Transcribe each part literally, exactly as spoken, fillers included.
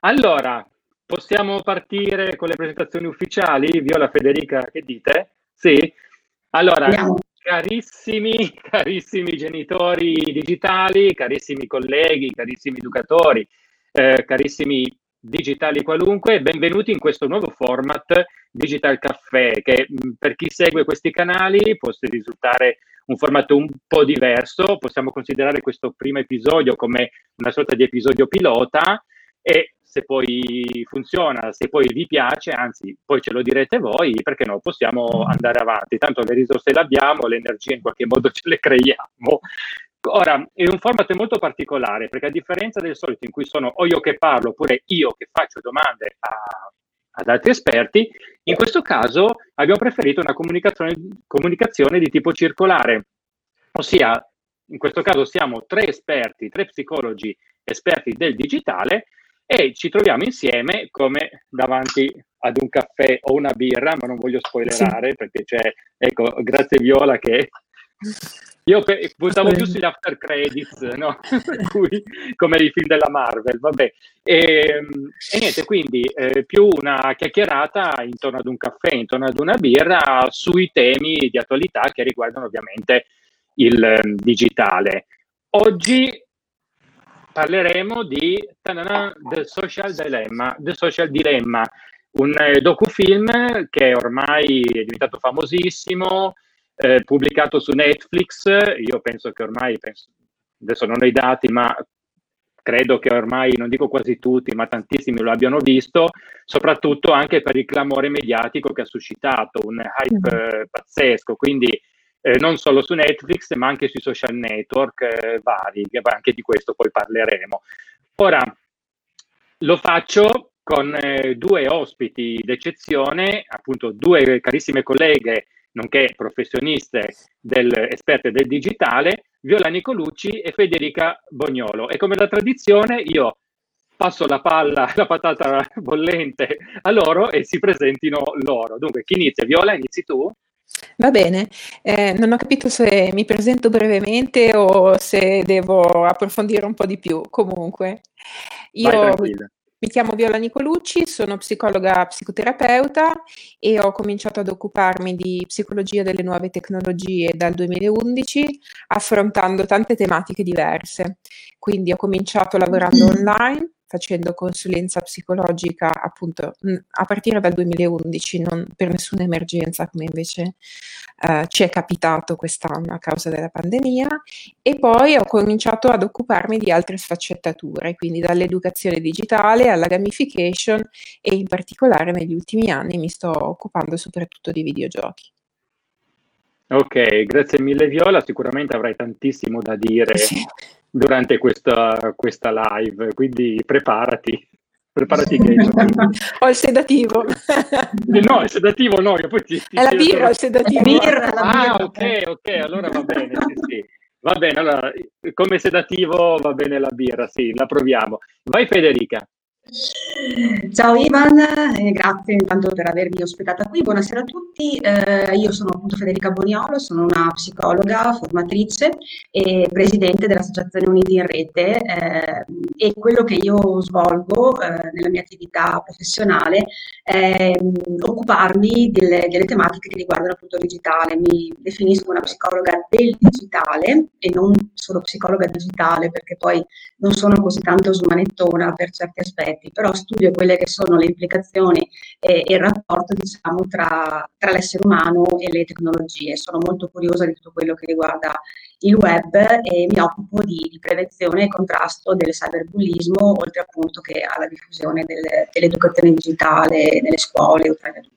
Allora, possiamo partire con le presentazioni ufficiali? Viola, Federica, che dite? Sì? Allora, Andiamo. carissimi, carissimi genitori digitali, carissimi colleghi, carissimi educatori, eh, carissimi digitali qualunque, benvenuti in questo nuovo format Digital Caffè, che mh, per chi segue questi canali può risultare un formato un po' diverso. Possiamo considerare questo primo episodio come una sorta di episodio pilota, e se poi funziona, se poi vi piace, anzi poi ce lo direte voi, perché no, possiamo andare avanti, tanto le risorse le abbiamo, le energie in qualche modo ce le creiamo. Ora, è un format molto particolare, perché a differenza del solito in cui sono o io che parlo oppure io che faccio domande a, ad altri esperti, in questo caso abbiamo preferito una comunicazione, comunicazione di tipo circolare, ossia in questo caso siamo tre esperti, tre psicologi esperti del digitale, e ci troviamo insieme come davanti ad un caffè o una birra, ma non voglio spoilerare, sì, perché c'è, ecco, grazie Viola che io pe- puntavo più sugli after credits, no? Per cui, come i film della Marvel, vabbè. E, e niente, quindi eh, più una chiacchierata intorno ad un caffè, intorno ad una birra, sui temi di attualità che riguardano ovviamente il eh, digitale. Oggi parleremo di ta-da-da, The Social Dilemma, The Social Dilemma, un eh, docufilm che ormai è diventato famosissimo, eh, pubblicato su Netflix. Io penso che ormai, penso, adesso non ho i dati, ma credo che ormai, non dico quasi tutti, ma tantissimi lo abbiano visto, soprattutto anche per il clamore mediatico che ha suscitato, un hype eh, pazzesco, quindi eh, non solo su Netflix, ma anche sui social network eh, vari, che anche di questo poi parleremo. Ora, lo faccio con eh, due ospiti d'eccezione, appunto due carissime colleghe, nonché professioniste del, esperte del digitale, Viola Nicolucci e Federica Bognolo. E come da tradizione io passo la palla, la patata bollente a loro e si presentino loro. Dunque, chi inizia? Viola, inizi tu? Va bene, eh, non ho capito se mi presento brevemente o se devo approfondire un po' di più. Comunque, io mi, mi chiamo Viola Nicolucci, sono psicologa psicoterapeuta e ho cominciato ad occuparmi di psicologia delle nuove tecnologie dal duemilaundici, affrontando tante tematiche diverse. Quindi ho cominciato lavorando online, facendo consulenza psicologica appunto a partire dal duemilaundici, non per nessuna emergenza come invece eh, ci è capitato quest'anno a causa della pandemia, e poi ho cominciato ad occuparmi di altre sfaccettature, quindi dall'educazione digitale alla gamification, e in particolare negli ultimi anni mi sto occupando soprattutto di videogiochi. Ok, grazie mille Viola, sicuramente avrai tantissimo da dire sì. durante questa, questa live, quindi preparati, preparati che ho il sedativo. No, il sedativo no, io poi ti, ti è la birra, il sedativo. La birra, la ah, birra. ok, ok, allora va bene, sì, sì. Va bene, allora, come sedativo va bene la birra, sì, la proviamo. Vai Federica. Ciao Ivan, eh, grazie intanto per avermi ospitata qui, buonasera a tutti. Eh, io sono appunto Federica Boniolo, sono una psicologa, formatrice e presidente dell'Associazione Uniti in Rete, eh, e quello che io svolgo eh, nella mia attività professionale è mh, occuparmi delle, delle tematiche che riguardano appunto il digitale. Mi definisco una psicologa del digitale e non solo psicologa digitale, perché poi non sono così tanto smanettona per certi aspetti, però studio quelle che sono le implicazioni e, e il rapporto, diciamo, tra, tra l'essere umano e le tecnologie. Sono molto curiosa di tutto quello che riguarda il web e mi occupo di, di prevenzione e contrasto del cyberbullismo, oltre appunto che alla diffusione del, dell'educazione digitale nelle scuole o tra gli adulti.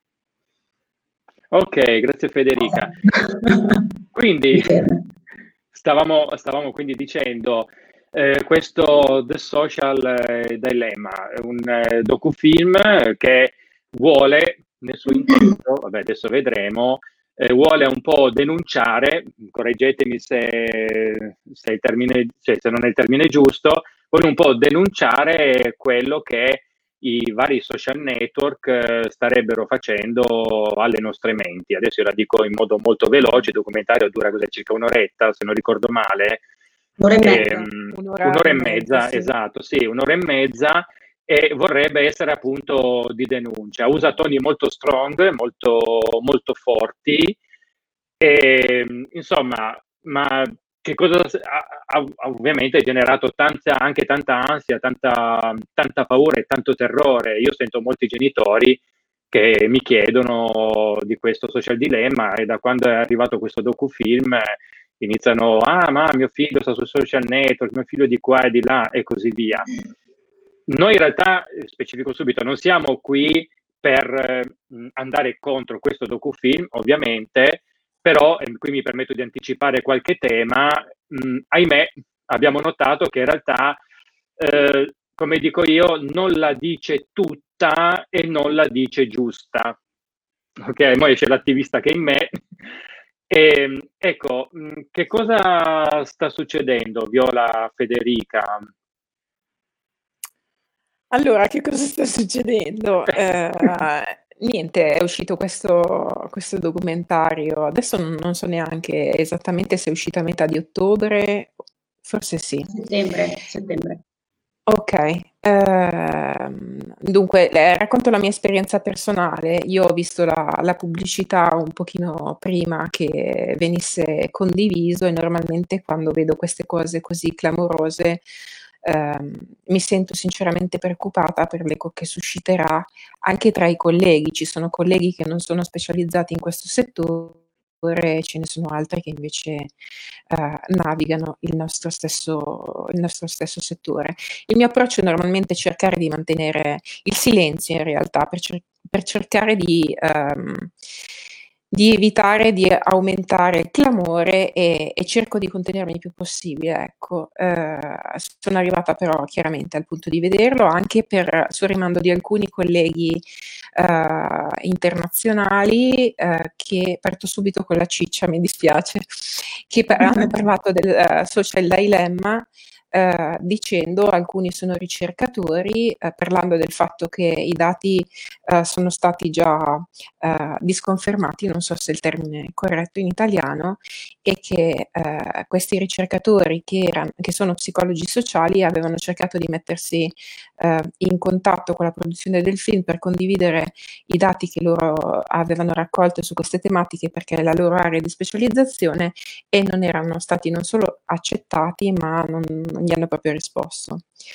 Ok, grazie Federica. Quindi stavamo, stavamo quindi dicendo Eh, questo The Social eh, Dilemma è un eh, docufilm che vuole, nel suo intento, vabbè adesso vedremo, eh, vuole un po' denunciare, correggetemi se, se, il termine, cioè, se non è il termine giusto, vuole un po' denunciare quello che i vari social network eh, starebbero facendo alle nostre menti. Adesso io la dico in modo molto veloce, il documentario dura cos'è, circa un'oretta, se non ricordo male. Un'ora e mezza. Ehm, un'ora, un'ora e mezza, mezza sì. Esatto, sì, un'ora e mezza, e vorrebbe essere appunto di denuncia. Usa toni molto strong, molto, molto forti, e, insomma, ma che cosa ha, ha, ha ovviamente generato tanta, anche tanta ansia, tanta, tanta paura e tanto terrore. Io sento molti genitori che mi chiedono di questo social dilemma, e da quando è arrivato questo docufilm iniziano, ah ma mio figlio sta su social network, mio figlio di qua e di là e così via. Noi in realtà, specifico subito, non siamo qui per eh, andare contro questo docufilm, ovviamente, però, e qui mi permetto di anticipare qualche tema, mh, ahimè abbiamo notato che in realtà, eh, come dico io, non la dice tutta e non la dice giusta. Ok, poi c'è l'attivista che è in me. E, ecco, mh, che cosa sta succedendo, Viola, Federica? Allora, che cosa sta succedendo? Eh, niente, è uscito questo, questo documentario, adesso non, non so neanche esattamente se è uscito a metà di ottobre, forse sì. Settembre, settembre. Ok, ehm, dunque eh, racconto la mia esperienza personale. Io ho visto la, la pubblicità un pochino prima che venisse condiviso e normalmente quando vedo queste cose così clamorose ehm, mi sento sinceramente preoccupata per l'eco che susciterà anche tra i colleghi. Ci sono colleghi che non sono specializzati in questo settore, ce ne sono altri che invece eh, navigano il nostro stesso, il nostro stesso settore. Il mio approccio è normalmente cercare di mantenere il silenzio in realtà, per, cer- per cercare di, ehm, di evitare di aumentare il clamore e, e cerco di contenermi il più possibile. Ecco, eh, sono arrivata però chiaramente al punto di vederlo anche per, sul rimando di alcuni colleghi eh, internazionali eh, che parto subito con la ciccia, mi dispiace, che pa- hanno parlato del eh, social dilemma. Uh, dicendo, alcuni sono ricercatori, uh, parlando del fatto che i dati uh, sono stati già uh, disconfermati, non so se il termine è corretto in italiano, e che uh, questi ricercatori che, erano, che sono psicologi sociali avevano cercato di mettersi uh, in contatto con la produzione del film per condividere i dati che loro avevano raccolto su queste tematiche perché è la loro area di specializzazione, e non erano stati non solo accettati ma non, non gli hanno proprio risposto.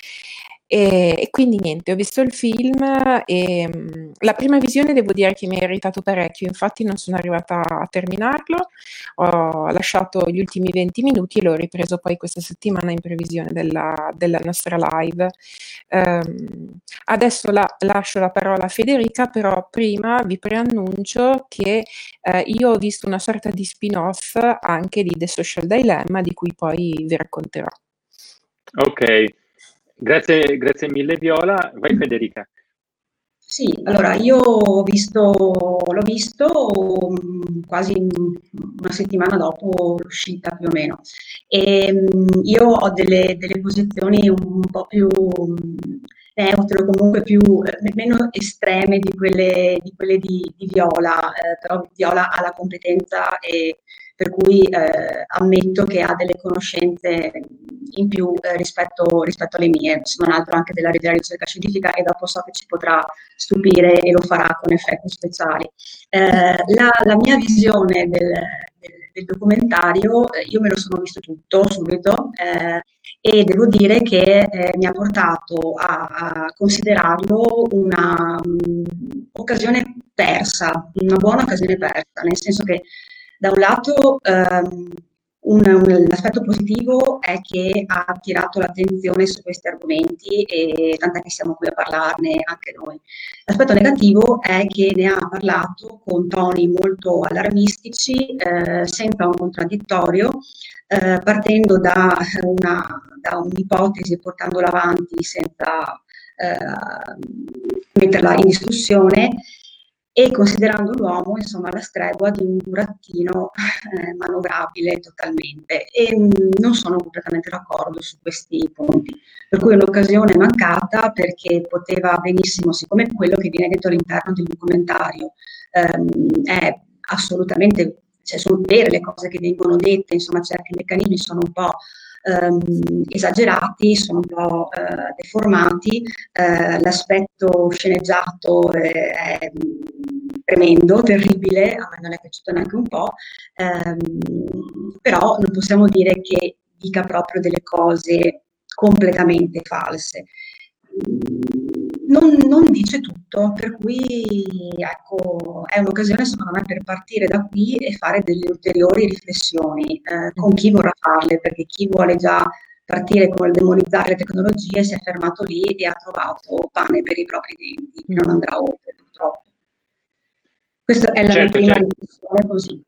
E, e quindi niente, ho visto il film e mh, la prima visione devo dire che mi ha irritato parecchio, infatti non sono arrivata a terminarlo, ho lasciato gli ultimi venti minuti e l'ho ripreso poi questa settimana in previsione della, della nostra live. Um, adesso la, lascio la parola a Federica, però prima vi preannuncio che eh, io ho visto una sorta di spin-off anche di The Social Dilemma, di cui poi vi racconterò. Ok, grazie, grazie mille Viola. Vai Federica. Sì, allora io ho visto, l'ho visto mh, quasi una settimana dopo l'uscita più o meno, e mh, io ho delle, delle posizioni un po' più mh, neutre, o comunque più, eh, meno estreme di quelle di, quelle di, di Viola, eh, però Viola ha la competenza e per cui eh, ammetto che ha delle conoscenze in più eh, rispetto, rispetto alle mie, se non altro anche della della ricerca scientifica, e dopo so che ci potrà stupire e lo farà con effetti speciali. Eh, la, la mia visione del, del, del documentario, eh, io me lo sono visto tutto subito eh, e devo dire che eh, mi ha portato a, a considerarlo una um, occasione persa, una buona occasione persa, nel senso che da un lato ehm, un, un aspetto positivo è che ha attirato l'attenzione su questi argomenti, e tant'è che siamo qui a parlarne anche noi. L'aspetto negativo è che ne ha parlato con toni molto allarmistici, eh, senza un contraddittorio, eh, partendo da, una, da un'ipotesi e portandola avanti senza eh, metterla in discussione, e considerando l'uomo insomma alla stregua di un burattino eh, manovrabile totalmente, e mh, non sono completamente d'accordo su questi punti, per cui è un'occasione mancata, perché poteva benissimo, siccome quello che viene detto all'interno del documentario ehm, è assolutamente, cioè sono vere le cose che vengono dette, insomma certi meccanismi sono un po' ehm, esagerati, sono un po' eh, deformati, eh, l'aspetto sceneggiato è, è tremendo, terribile, a me non è piaciuto neanche un po', ehm, però non possiamo dire che dica proprio delle cose completamente false. Non, non dice tutto, per cui ecco, è un'occasione secondo me per partire da qui e fare delle ulteriori riflessioni eh, con chi vorrà farle, perché chi vuole già partire con il demonizzare le tecnologie si è fermato lì e ha trovato pane per i propri denti, non andrà oltre purtroppo. Questa è la certo, mia prima certo. riflessione così.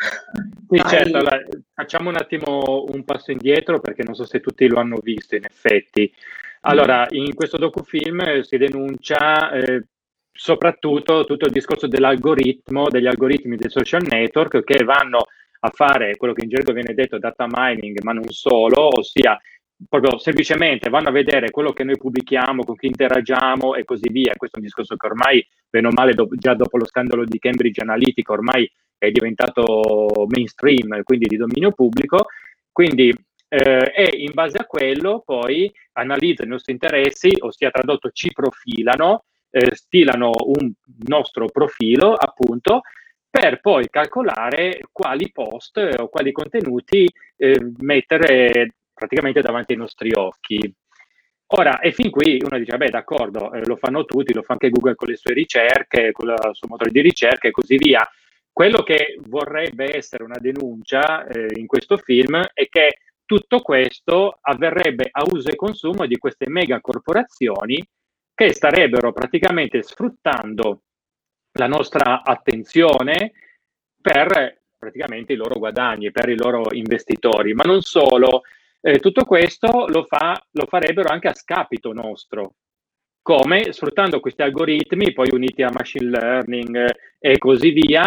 Sì, certo, allora, facciamo un attimo un passo indietro perché non so se tutti lo hanno visto in effetti. Allora, in questo docufilm si denuncia eh, soprattutto tutto il discorso dell'algoritmo, degli algoritmi dei social network che vanno a fare quello che in gergo viene detto data mining, ma non solo, ossia proprio semplicemente vanno a vedere quello che noi pubblichiamo, con chi interagiamo e così via. Questo è un discorso che ormai, bene o male, do- già dopo lo scandalo di Cambridge Analytica, ormai è diventato mainstream, quindi di dominio pubblico. Quindi eh, e in base a quello poi analizza i nostri interessi, ossia tradotto ci profilano, eh, stilano un nostro profilo appunto per poi calcolare quali post o quali contenuti eh, mettere praticamente davanti ai nostri occhi. Ora, e fin qui uno dice, beh, d'accordo, eh, lo fanno tutti, lo fa anche Google con le sue ricerche, con il suo motore di ricerca e così via. Quello che vorrebbe essere una denuncia eh, in questo film è che tutto questo avverrebbe a uso e consumo di queste mega corporazioni che starebbero praticamente sfruttando la nostra attenzione per praticamente i loro guadagni, per i loro investitori, ma non solo. Eh, tutto questo lo, fa, lo farebbero anche a scapito nostro, come sfruttando questi algoritmi poi uniti a machine learning eh, e così via,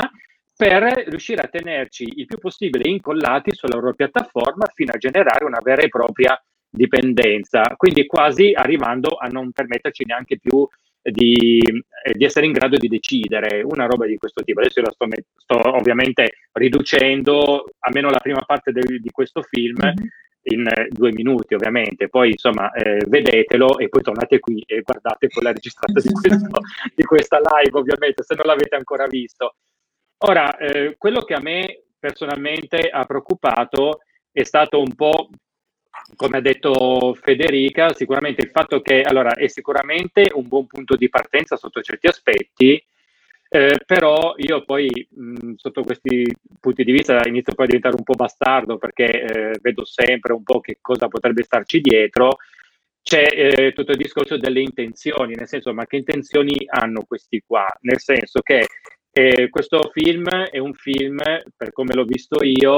per riuscire a tenerci il più possibile incollati sulla loro piattaforma fino a generare una vera e propria dipendenza, quindi quasi arrivando a non permetterci neanche più di, eh, di essere in grado di decidere una roba di questo tipo. Adesso io la sto, sto ovviamente riducendo almeno la prima parte del, di questo film mm-hmm. in eh, due minuti ovviamente, poi insomma eh, vedetelo e poi tornate qui e guardate poi la registrata di, questo, di questa live ovviamente se non l'avete ancora visto. Ora, eh, quello che a me personalmente ha preoccupato è stato un po', come ha detto Federica, sicuramente il fatto che, allora, è sicuramente un buon punto di partenza sotto certi aspetti, eh, però io poi, mh, sotto questi punti di vista, inizio poi a diventare un po' bastardo perché eh, vedo sempre un po' che cosa potrebbe starci dietro. C'è eh, tutto il discorso delle intenzioni, nel senso, ma che intenzioni hanno questi qua? Nel senso che eh, questo film è un film, per come l'ho visto io,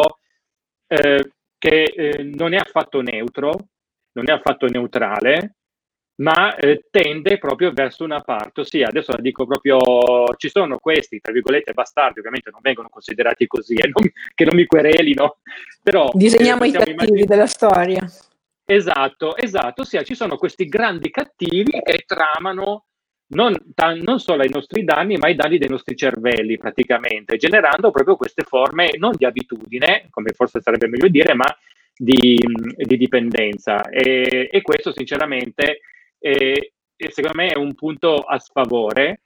eh, che eh, non è affatto neutro, non è affatto neutrale, ma eh, tende proprio verso una parte, ossia, adesso la dico proprio, ci sono questi, tra virgolette, bastardi, ovviamente non vengono considerati così, eh, non, che non mi querelino, però... Disegniamo eh, i cattivi immaginare... della storia. Esatto, esatto, ossia ci sono questi grandi cattivi che tramano non, non solo ai nostri danni, ma ai danni dei nostri cervelli praticamente, generando proprio queste forme non di abitudine, come forse sarebbe meglio dire, ma di, di dipendenza. E, e questo sinceramente è, secondo me è un punto a sfavore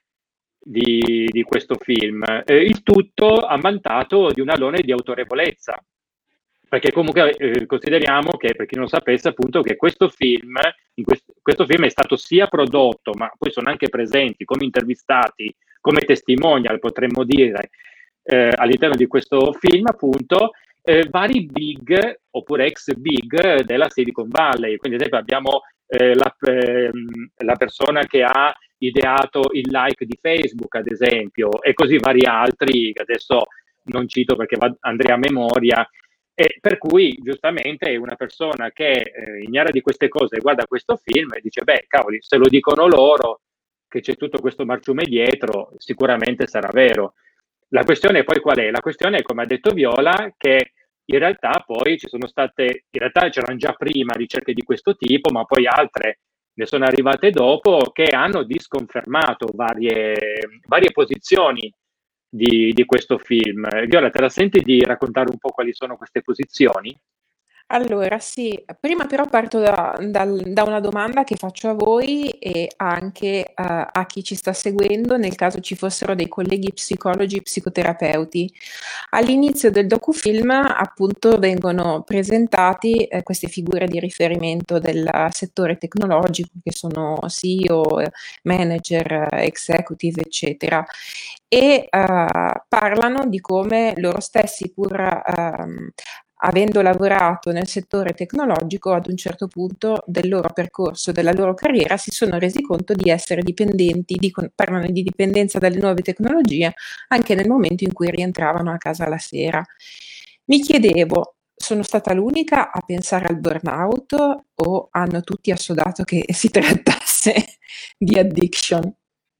di, di questo film. Eh, il tutto ammantato di un alone di autorevolezza. Perché comunque eh, consideriamo che, per chi non sapesse, appunto, che questo film, in quest- questo film è stato sia prodotto, ma poi sono anche presenti come intervistati, come testimonial, potremmo dire, eh, all'interno di questo film, appunto, eh, vari big, oppure ex big della Silicon Valley. Quindi, ad esempio, abbiamo eh, la, eh, la persona che ha ideato il like di Facebook, ad esempio, e così vari altri, che adesso non cito perché va, andrei a memoria. E per cui giustamente una persona che eh, ignara di queste cose guarda questo film e dice beh cavoli, se lo dicono loro che c'è tutto questo marciume dietro, sicuramente sarà vero. La questione poi qual è? La questione è, come ha detto Viola, che in realtà poi ci sono state, in realtà c'erano già prima ricerche di questo tipo, ma poi altre ne sono arrivate dopo che hanno disconfermato varie, varie posizioni Di, di questo film. Viola, te la senti di raccontare un po' quali sono queste posizioni? Allora, sì, prima però parto da, dal- da una domanda che faccio a voi e anche eh, a chi ci sta seguendo, nel caso ci fossero dei colleghi psicologi, psicoterapeuti. All'inizio del docufilm, appunto, vengono presentati eh, queste figure di riferimento del settore tecnologico, che sono C E O, eh, manager, eh, executive, eccetera, e eh, parlano di come loro stessi, pur ehm, avendo lavorato nel settore tecnologico, ad un certo punto del loro percorso, della loro carriera, si sono resi conto di essere dipendenti, di, parlano di dipendenza dalle nuove tecnologie anche nel momento in cui rientravano a casa la sera. Mi chiedevo, sono stata l'unica a pensare al burnout o hanno tutti assodato che si trattasse di addiction?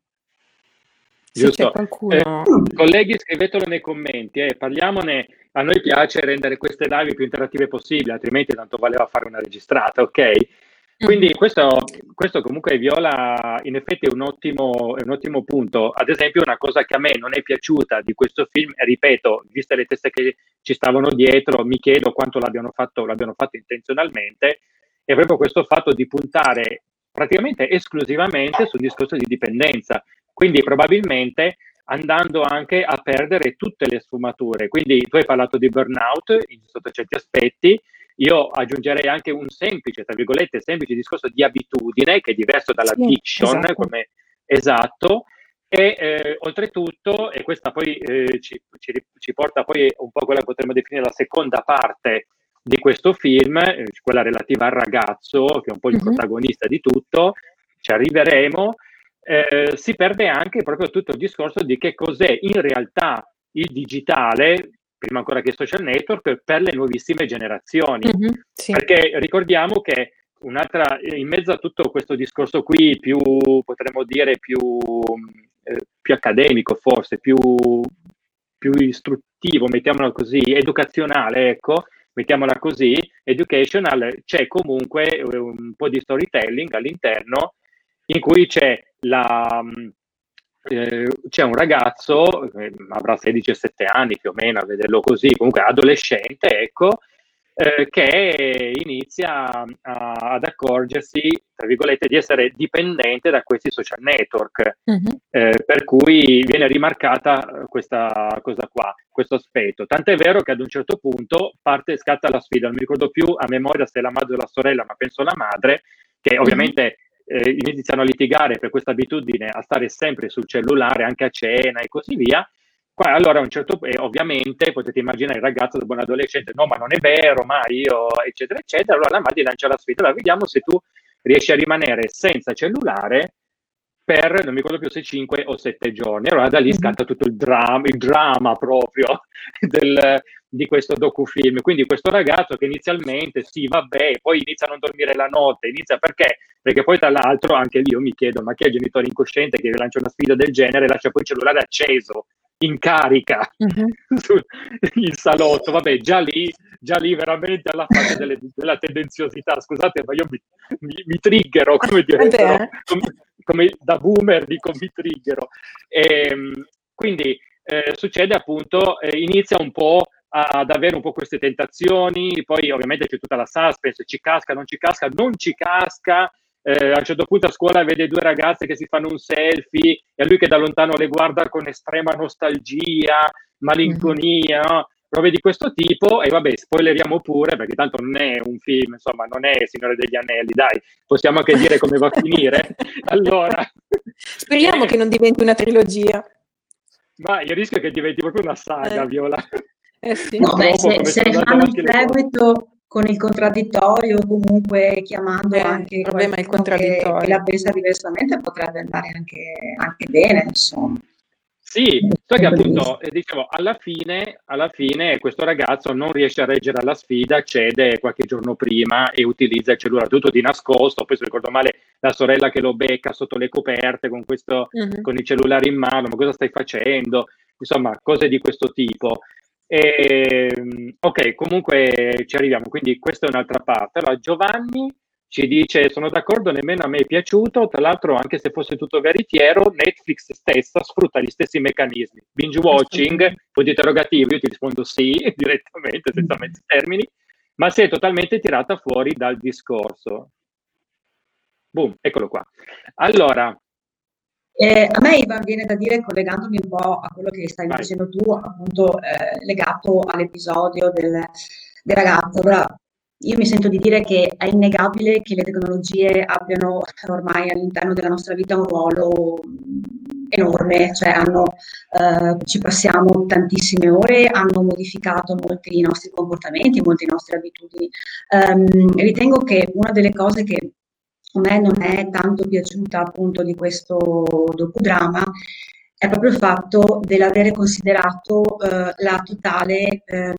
Se c'è Giusto. qualcuno... Eh, colleghi, scrivetelo nei commenti, eh, parliamone. A noi piace rendere queste live più interattive possibili, altrimenti tanto valeva fare una registrata, ok? Quindi mm-hmm. questo, questo comunque, Viola, in effetti è un, ottimo, è un ottimo punto. Ad esempio, una cosa che a me non è piaciuta di questo film, e ripeto, viste le teste che ci stavano dietro, mi chiedo quanto l'abbiano fatto, l'abbiano fatto intenzionalmente, è proprio questo fatto di puntare praticamente esclusivamente sul discorso di dipendenza. Quindi probabilmente andando anche a perdere tutte le sfumature. Quindi tu hai parlato di burnout in, sotto certi aspetti, io aggiungerei anche un semplice, tra virgolette, semplice discorso di abitudine, che è diverso dall'addiction, sì, esatto. Come esatto, e eh, oltretutto, e questa poi eh, ci, ci, ci porta poi un po' a quella che potremmo definire la seconda parte di questo film, eh, quella relativa al ragazzo, che è un po' il mm-hmm. protagonista di tutto, ci arriveremo. Eh, si perde anche proprio tutto il discorso di che cos'è in realtà il digitale, prima ancora che social network, per le nuovissime generazioni. Mm-hmm, sì. Perché ricordiamo che un'altra, in mezzo a tutto questo discorso qui, più potremmo dire più, eh, più accademico forse, più, più istruttivo, mettiamolo così, educazionale, ecco, mettiamola così, educational, c'è comunque un po' di storytelling all'interno, in cui c'è la eh, c'è un ragazzo, eh, avrà sedici diciassette anni più o meno, a vederlo così, comunque adolescente, ecco, eh, che inizia a, ad accorgersi, tra virgolette, di essere dipendente da questi social network, mm-hmm. eh, per cui viene rimarcata questa cosa qua, questo aspetto. Tant'è vero che ad un certo punto parte, scatta la sfida, non mi ricordo più a memoria se è la madre o la sorella, ma penso la madre, che ovviamente... Mm-hmm. Eh, iniziano a litigare per questa abitudine a stare sempre sul cellulare, anche a cena e così via. Qua, allora a un certo punto, eh, ovviamente potete immaginare il ragazzo da buon adolescente, no ma non è vero, ma io, eccetera, eccetera. Allora la madre lancia la sfida, allora vediamo se tu riesci a rimanere senza cellulare per, non mi ricordo più se cinque o sette giorni. Allora da lì scatta tutto il dramma, il dramma proprio del, di questo docufilm. Quindi questo ragazzo che inizialmente, sì, vabbè, poi inizia a non dormire la notte, inizia perché? Perché poi tra l'altro, anche lì io mi chiedo, ma chi è il genitore incosciente che lancia una sfida del genere e lascia poi il cellulare acceso, in carica, uh-huh. sul, in salotto? Vabbè, già lì, già lì veramente alla fase delle, della tendenziosità. Scusate, ma io mi, mi, mi triggero, come dire, però, come, come da boomer dico mi triggero. E, quindi eh, succede appunto, eh, inizia un po' ad avere un po' queste tentazioni, poi ovviamente c'è tutta la suspense, ci casca, non ci casca, non ci casca, eh, a un certo punto a scuola vede due ragazze che si fanno un selfie e lui che da lontano le guarda con estrema nostalgia, malinconia, mm-hmm. no? Prove di questo tipo, e vabbè, spoileriamo pure, perché tanto non è un film, insomma, non è Signore degli Anelli, dai, possiamo anche dire come va a finire. Allora, speriamo eh, che non diventi una trilogia. Ma il rischio è che diventi proprio una saga, eh. Viola. Eh sì. No, beh, se, se ne fanno il seguito con il contraddittorio, comunque chiamando eh, anche il problema è il contraddittorio. Che, che la pensa diversamente, potrebbe andare anche, anche bene, insomma. Sì, so che appunto, eh, dicevo, alla fine, alla fine questo ragazzo non riesce a reggere alla sfida, cede qualche giorno prima e utilizza il cellulare tutto di nascosto, poi se ricordo male la sorella che lo becca sotto le coperte con, questo, uh-huh. con il cellulare in mano, ma cosa stai facendo? Insomma, cose di questo tipo. E, ok, comunque ci arriviamo, quindi questa è un'altra parte. Allora Giovanni ci dice: sono d'accordo, nemmeno a me è piaciuto, tra l'altro anche se fosse tutto veritiero, Netflix stessa sfrutta gli stessi meccanismi, binge watching, punto interrogativo, io ti rispondo sì, direttamente, senza mezzi termini, ma si è totalmente tirata fuori dal discorso. Boom, eccolo qua. Allora, Eh, a me Ivan viene da dire, collegandomi un po' a quello che stai vai. dicendo tu, appunto eh, legato all'episodio del, del ragazzo. Allora, io mi sento di dire che è innegabile che le tecnologie abbiano ormai all'interno della nostra vita un ruolo enorme, cioè hanno, eh, ci passiamo tantissime ore, hanno modificato molti i nostri comportamenti, molte nostre abitudini. Ehm, ritengo che una delle cose che a me non è tanto piaciuta appunto di questo docudramma è proprio il fatto dell'avere considerato eh, la totale eh,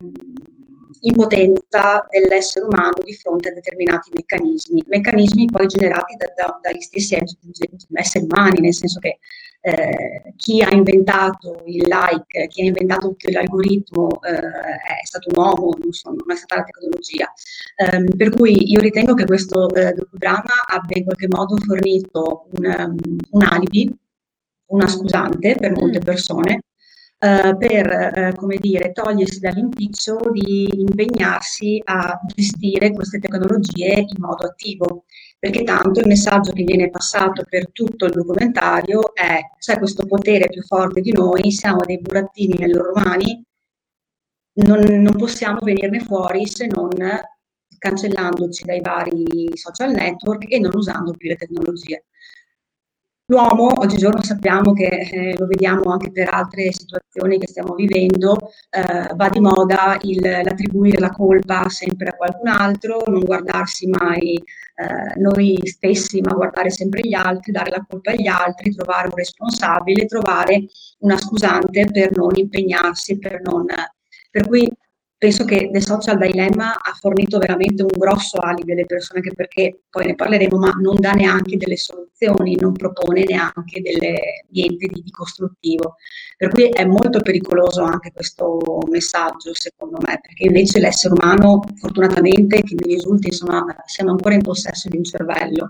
impotenza dell'essere umano di fronte a determinati meccanismi, meccanismi poi generati da, da, dagli stessi esseri umani, nel senso che eh, chi ha inventato il like, chi ha inventato tutto l'algoritmo eh, è stato un uomo, non, so, non è stata la tecnologia. Um, per cui io ritengo che questo eh, docudramma abbia in qualche modo fornito un, um, un alibi, una scusante per molte persone, Uh, per, uh, come dire, togliersi dall'impiccio di impegnarsi a gestire queste tecnologie in modo attivo, perché tanto il messaggio che viene passato per tutto il documentario è: c'è questo potere più forte di noi, siamo dei burattini nelle loro mani, non, non possiamo venirne fuori se non cancellandoci dai vari social network e non usando più le tecnologie. L'uomo, oggigiorno sappiamo che, eh, lo vediamo anche per altre situazioni che stiamo vivendo, eh, va di moda il, l'attribuire la colpa sempre a qualcun altro, non guardarsi mai eh, noi stessi, ma guardare sempre gli altri, dare la colpa agli altri, trovare un responsabile, trovare una scusante per non impegnarsi, per non... Per cui penso che The Social Dilemma ha fornito veramente un grosso alibi alle persone, anche perché poi ne parleremo, ma non dà neanche delle soluzioni, non propone neanche delle, niente di, di costruttivo. Per cui è molto pericoloso anche questo messaggio, secondo me, perché invece l'essere umano, fortunatamente, che mi risulti, insomma, siamo ancora in possesso di un cervello.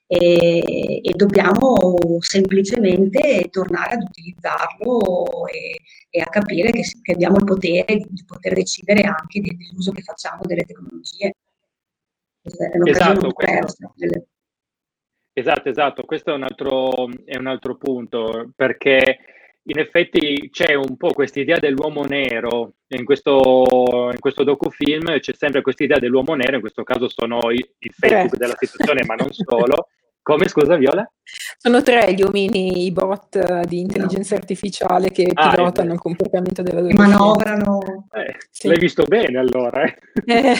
E, e dobbiamo semplicemente tornare ad utilizzarlo e, e a capire che, che abbiamo il potere di, di poter decidere anche dell'uso che facciamo delle tecnologie. Questa è un'occasione Esatto, persa. questo, esatto, esatto, questo è un altro, è un altro punto, perché in effetti c'è un po' questa idea dell'uomo nero, in questo, in questo docufilm c'è sempre questa idea dell'uomo nero, in questo caso sono i, i Facebook Tre. della situazione, ma non solo. Come, scusa, Viola? Sono tre gli omini, i bot di intelligenza artificiale che Ah, pilotano eh, il comportamento Che dell'adolescente. manovrano. Eh, Sì. L'hai visto bene allora, eh? Eh.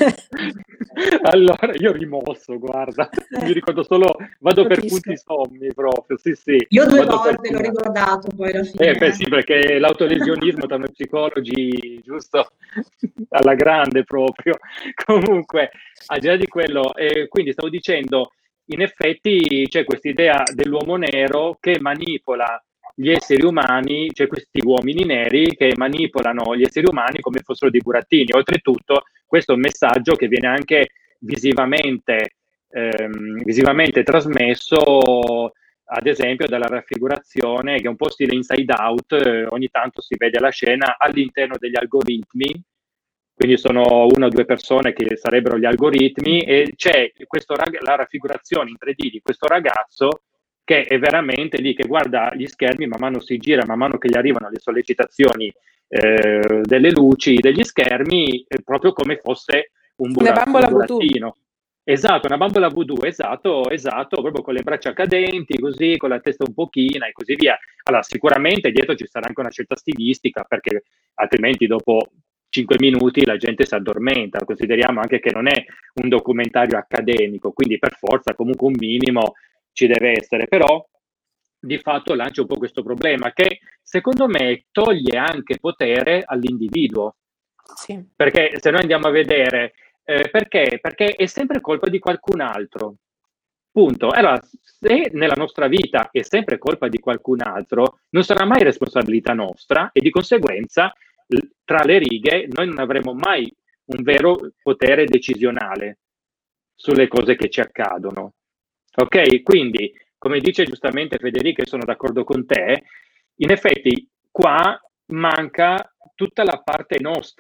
Allora, io rimosso, guarda, mi ricordo solo, vado per Capisco. punti sommi proprio, sì sì. Io due vado per volte l'ho punti. riguardato poi alla fine. Eh, beh, sì, perché l'autolesionismo tra noi psicologi, giusto, alla grande proprio. Comunque, al di là di quello, eh, quindi stavo dicendo, in effetti c'è questa idea dell'uomo nero che manipola gli esseri umani, cioè questi uomini neri che manipolano gli esseri umani come fossero dei burattini. Oltretutto, questo è un messaggio che viene anche visivamente, ehm, visivamente trasmesso, ad esempio dalla raffigurazione, che è un po' stile Inside Out, eh, ogni tanto si vede la scena all'interno degli algoritmi, quindi sono una o due persone che sarebbero gli algoritmi, e c'è questo rag- la raffigurazione in tre D di questo ragazzo che è veramente lì, che guarda gli schermi, man mano si gira, man mano che gli arrivano le sollecitazioni eh, delle luci degli schermi, eh, proprio come fosse un, Una bura- bambola un voodoo. burattino. Esatto, una bambola voodoo, esatto, esatto, proprio con le braccia cadenti, così, con la testa un pochina e così via. Allora, sicuramente dietro ci sarà anche una scelta stilistica, perché altrimenti dopo cinque minuti la gente si addormenta. Consideriamo anche che non è un documentario accademico, quindi per forza comunque un minimo ci deve essere, però di fatto lancia un po' questo problema che secondo me toglie anche potere all'individuo. Sì. Perché se noi andiamo a vedere, eh, perché? Perché è sempre colpa di qualcun altro. Punto. Allora, se nella nostra vita è sempre colpa di qualcun altro, non sarà mai responsabilità nostra e di conseguenza, tra le righe, noi non avremo mai un vero potere decisionale sulle cose che ci accadono. Ok? Quindi, come dice giustamente Federica, e sono d'accordo con te, in effetti qua manca tutta la parte nostra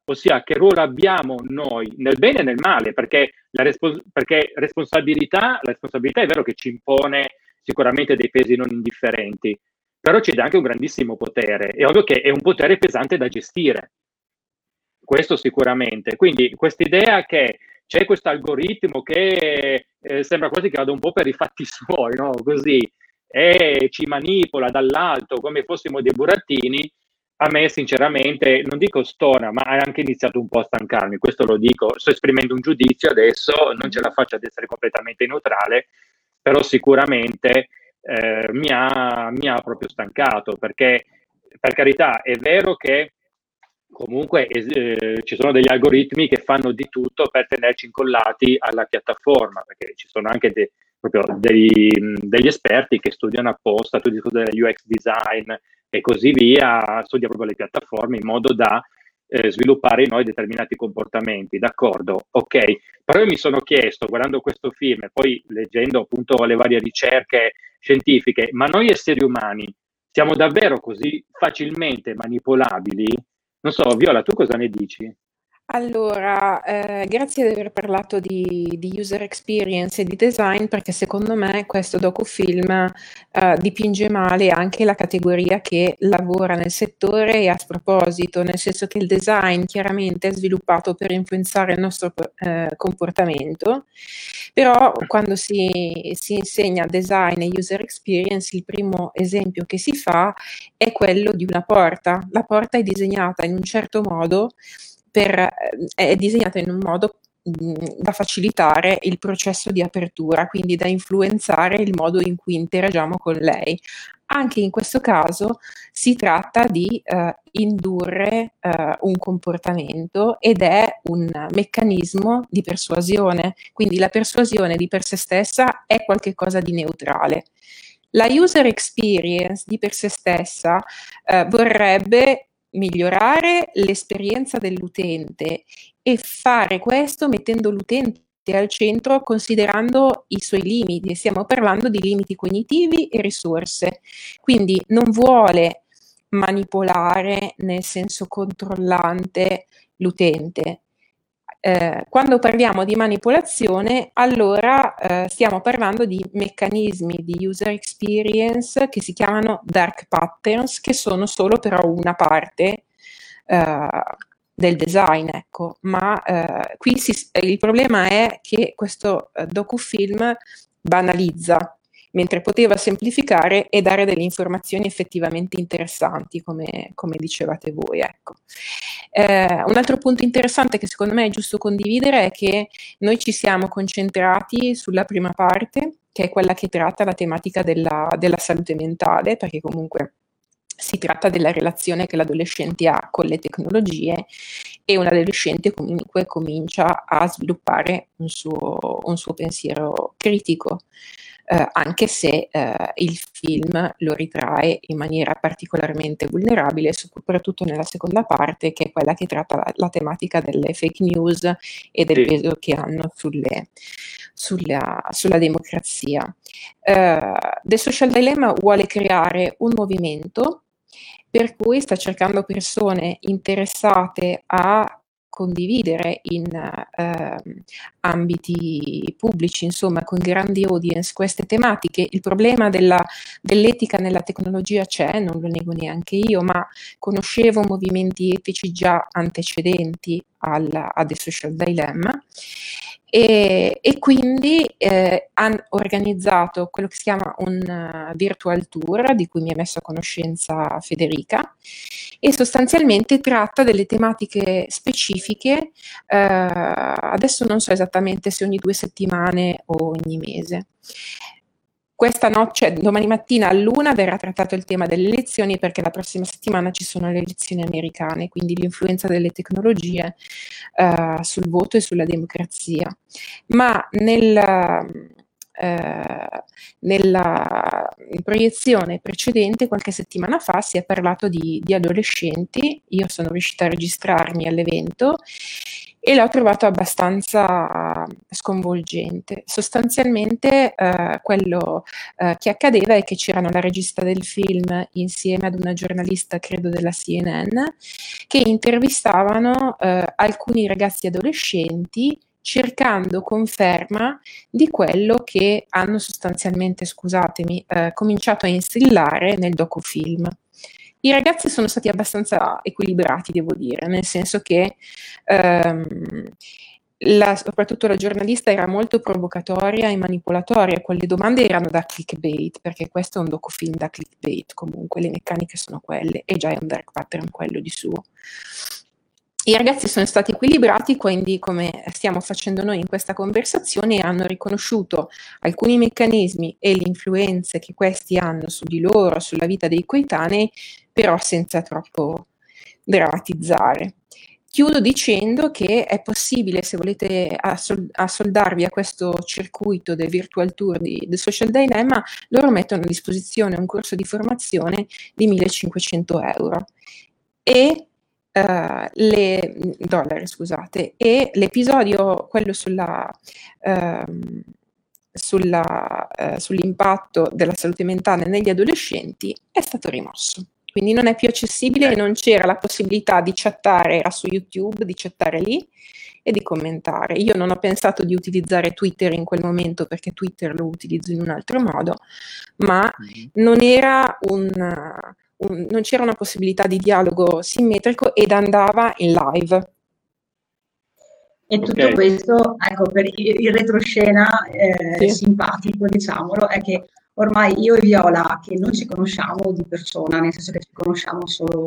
ossia che ruolo abbiamo noi nel bene e nel male, perché la respons- perché responsabilità, la responsabilità è vero che ci impone sicuramente dei pesi non indifferenti, però ci dà anche un grandissimo potere. È ovvio che è un potere pesante da gestire, questo sicuramente. Quindi quest'idea che c'è questo algoritmo che eh, sembra quasi che vada un po' per i fatti suoi, no? Così, e ci manipola dall'alto come fossimo dei burattini, a me sinceramente, non dico stona, ma ha anche iniziato un po' a stancarmi, questo lo dico, sto esprimendo un giudizio adesso, non ce la faccio ad essere completamente neutrale, però sicuramente eh, mi, ha, mi ha proprio stancato, perché per carità è vero che comunque eh, ci sono degli algoritmi che fanno di tutto per tenerci incollati alla piattaforma, perché ci sono anche de, proprio dei, degli esperti che studiano apposta, tu studiano U X design e così via, studia proprio le piattaforme in modo da eh, sviluppare in noi determinati comportamenti, d'accordo? Ok, però io mi sono chiesto, guardando questo film e poi leggendo appunto le varie ricerche scientifiche, ma noi esseri umani siamo davvero così facilmente manipolabili? Non so, Viola, tu cosa ne dici? Allora, eh, grazie di aver parlato di, di user experience e di design, perché secondo me questo docufilm eh, dipinge male anche la categoria che lavora nel settore e a sproposito, nel senso che il design chiaramente è sviluppato per influenzare il nostro eh, comportamento, però quando si, si insegna design e user experience, il primo esempio che si fa è quello di una porta. La porta è disegnata in un certo modo, per, è disegnata in un modo mh, da facilitare il processo di apertura, quindi da influenzare il modo in cui interagiamo con lei. Anche in questo caso si tratta di uh, indurre uh, un comportamento ed è un meccanismo di persuasione, quindi la persuasione di per sé stessa è qualcosa di neutrale. La user experience di per sé stessa uh, vorrebbe migliorare l'esperienza dell'utente e fare questo mettendo l'utente al centro, considerando i suoi limiti. Stiamo parlando di limiti cognitivi e risorse, quindi non vuole manipolare nel senso controllante l'utente. Eh, quando parliamo di manipolazione, allora eh, stiamo parlando di meccanismi di user experience che si chiamano dark patterns, che sono solo però una parte eh, del design, ecco. Ma eh, qui si, il problema è che questo eh, docufilm banalizza, mentre poteva semplificare e dare delle informazioni effettivamente interessanti, come, come dicevate voi, ecco. Eh, un altro punto interessante che secondo me è giusto condividere è che noi ci siamo concentrati sulla prima parte, che è quella che tratta la tematica della, della salute mentale, perché comunque si tratta della relazione che l'adolescente ha con le tecnologie e un adolescente comunque comincia a sviluppare un suo, un suo pensiero critico. Eh, anche se eh, il film lo ritrae in maniera particolarmente vulnerabile, soprattutto nella seconda parte, che è quella che tratta la, la tematica delle fake news e del sì. peso che hanno sulle, sulla, sulla democrazia. Uh, The Social Dilemma vuole creare un movimento per cui sta cercando persone interessate a condividere in eh, ambiti pubblici, insomma, con grandi audience queste tematiche. Il problema della, dell'etica nella tecnologia c'è, non lo nego neanche io, ma conoscevo movimenti etici già antecedenti al, a The Social Dilemma. E, e quindi eh, hanno organizzato quello che si chiama un uh, virtual tour, di cui mi ha messo a conoscenza Federica, e sostanzialmente tratta delle tematiche specifiche, eh, adesso non so esattamente se ogni due settimane o ogni mese. Questa notte, cioè domani mattina all'una, verrà trattato il tema delle elezioni, perché la prossima settimana ci sono le elezioni americane, quindi l'influenza delle tecnologie uh, sul voto e sulla democrazia. Ma nel, eh, nella proiezione precedente, qualche settimana fa, si è parlato di, di adolescenti. Io sono riuscita a registrarmi all'evento e l'ho trovato abbastanza sconvolgente. Sostanzialmente eh, quello eh, che accadeva è che c'erano la regista del film insieme ad una giornalista, credo della C N N, che intervistavano eh, alcuni ragazzi adolescenti cercando conferma di quello che hanno sostanzialmente, scusatemi, eh, cominciato a instillare nel docufilm. I ragazzi sono stati abbastanza equilibrati, devo dire, nel senso che ehm, la, soprattutto la giornalista era molto provocatoria e manipolatoria, quelle domande erano da clickbait, perché questo è un docufilm da clickbait, comunque le meccaniche sono quelle, e già è un dark pattern quello di suo. I ragazzi sono stati equilibrati, quindi come stiamo facendo noi in questa conversazione, hanno riconosciuto alcuni meccanismi e le influenze che questi hanno su di loro, sulla vita dei coetanei, però senza troppo drammatizzare. Chiudo dicendo che è possibile, se volete assoldarvi a questo circuito del virtual tour di The Social Dilemma, loro mettono a disposizione un corso di formazione di millecinquecento euro e Uh, le dollari, scusate, e l'episodio, quello sulla, uh, sulla, uh, sull'impatto della salute mentale negli adolescenti è stato rimosso. Quindi non è più accessibile e non c'era la possibilità di chattare, era su YouTube, di chattare lì e di commentare. Io non ho pensato di utilizzare Twitter in quel momento perché Twitter lo utilizzo in un altro modo, ma non era un... Un, non c'era una possibilità di dialogo simmetrico ed andava in live. E tutto okay. Questo, ecco, per il, il retroscena eh, sì. simpatico, diciamolo, è che ormai io e Viola, che non ci conosciamo di persona, nel senso che ci conosciamo solo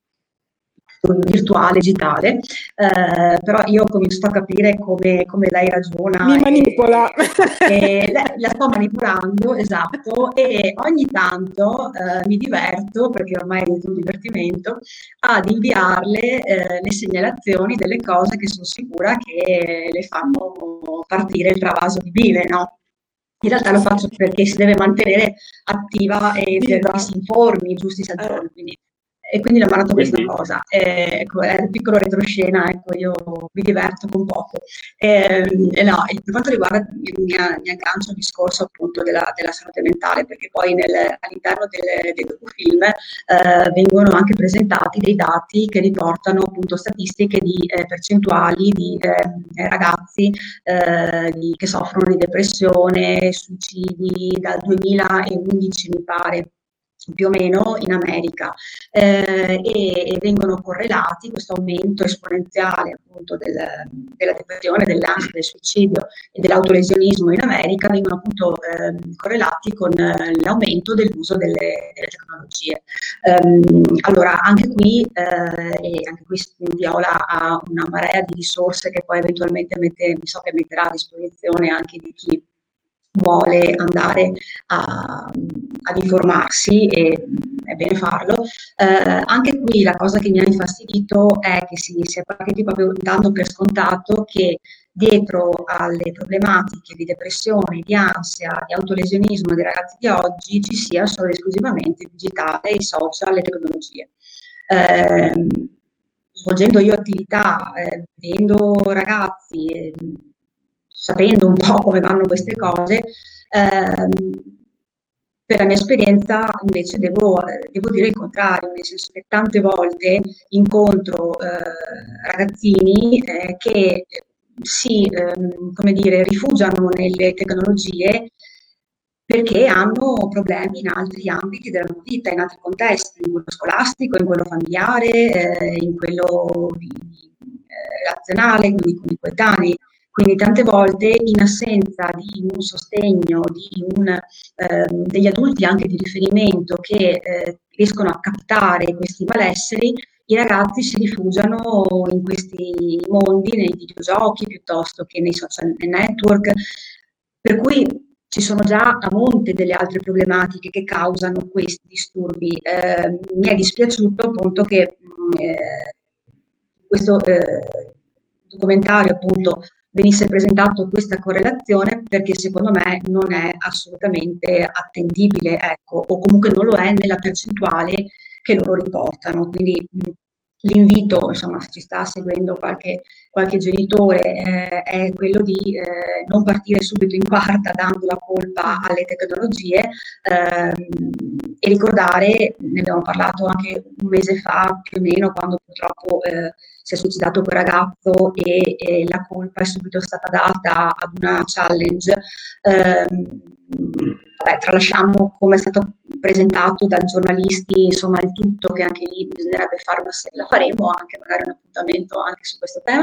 virtuale, digitale, eh, però io ho cominciato a capire come, come lei ragiona. Mi manipola. E, e la, la sto manipolando, esatto, e ogni tanto eh, mi diverto, perché ormai è un divertimento, ad inviarle eh, le segnalazioni delle cose che sono sicura che le fanno partire il travaso di bile, no? In realtà lo faccio perché si deve mantenere attiva e perché si informi i giusti settori, quindi e quindi l'ho mandato questa cosa, eh, ecco, è un piccolo retroscena, ecco, io mi diverto con poco. Eh, e no, e per quanto riguarda, mi, mi aggancio al discorso appunto della, della salute mentale, perché poi nel, all'interno del, del docufilm eh, vengono anche presentati dei dati che riportano appunto statistiche di eh, percentuali di eh, ragazzi eh, di, che soffrono di depressione, suicidi dal duemilaundici mi pare, più o meno in America, eh, e, e vengono correlati questo aumento esponenziale appunto del, della depressione, dell'ansia, del suicidio e dell'autolesionismo in America, vengono appunto eh, correlati con eh, l'aumento dell'uso delle, delle tecnologie. Um, allora anche qui, eh, e anche qui Viola ha una marea di risorse che poi eventualmente mette, so che metterà a disposizione anche di chi vuole andare a, ad informarsi e è bene farlo. Eh, anche qui la cosa che mi ha infastidito è che si, si è partiti proprio dando per scontato che dietro alle problematiche di depressione, di ansia, di autolesionismo dei ragazzi di oggi ci sia solo esclusivamente il digitale, i social, le tecnologie. Eh, svolgendo io attività, eh, vedendo ragazzi, eh, sapendo un po' come vanno queste cose, ehm, per la mia esperienza invece devo, devo dire il contrario, nel senso che tante volte incontro eh, ragazzini eh, che si ehm, come dire, rifugiano nelle tecnologie perché hanno problemi in altri ambiti della loro vita, in altri contesti, in quello scolastico, in quello familiare, eh, in quello di, eh, relazionale, quindi con i coetanei. Quindi tante volte in assenza di un sostegno, di un, eh, degli adulti anche di riferimento che eh, riescono a captare questi malesseri, i ragazzi si rifugiano in questi mondi, nei videogiochi piuttosto che nei social network, per cui ci sono già a monte delle altre problematiche che causano questi disturbi. Eh, mi è dispiaciuto appunto che eh, questo eh, documentario appunto venisse presentato questa correlazione, perché secondo me non è assolutamente attendibile, ecco, o comunque non lo è nella percentuale che loro riportano. Quindi mh, l'invito, insomma, se ci sta seguendo qualche, qualche genitore, eh, è quello di eh, non partire subito in quarta dando la colpa alle tecnologie, ehm, e ricordare, ne abbiamo parlato anche un mese fa più o meno, quando purtroppo eh, si è suicidato quel ragazzo e, e la colpa è subito stata data ad una challenge. Ehm, vabbè, tralasciamo come è stato presentato dai giornalisti, insomma, il tutto, che anche lì bisognerebbe fare una serie, faremo anche magari un appuntamento anche su questo tema.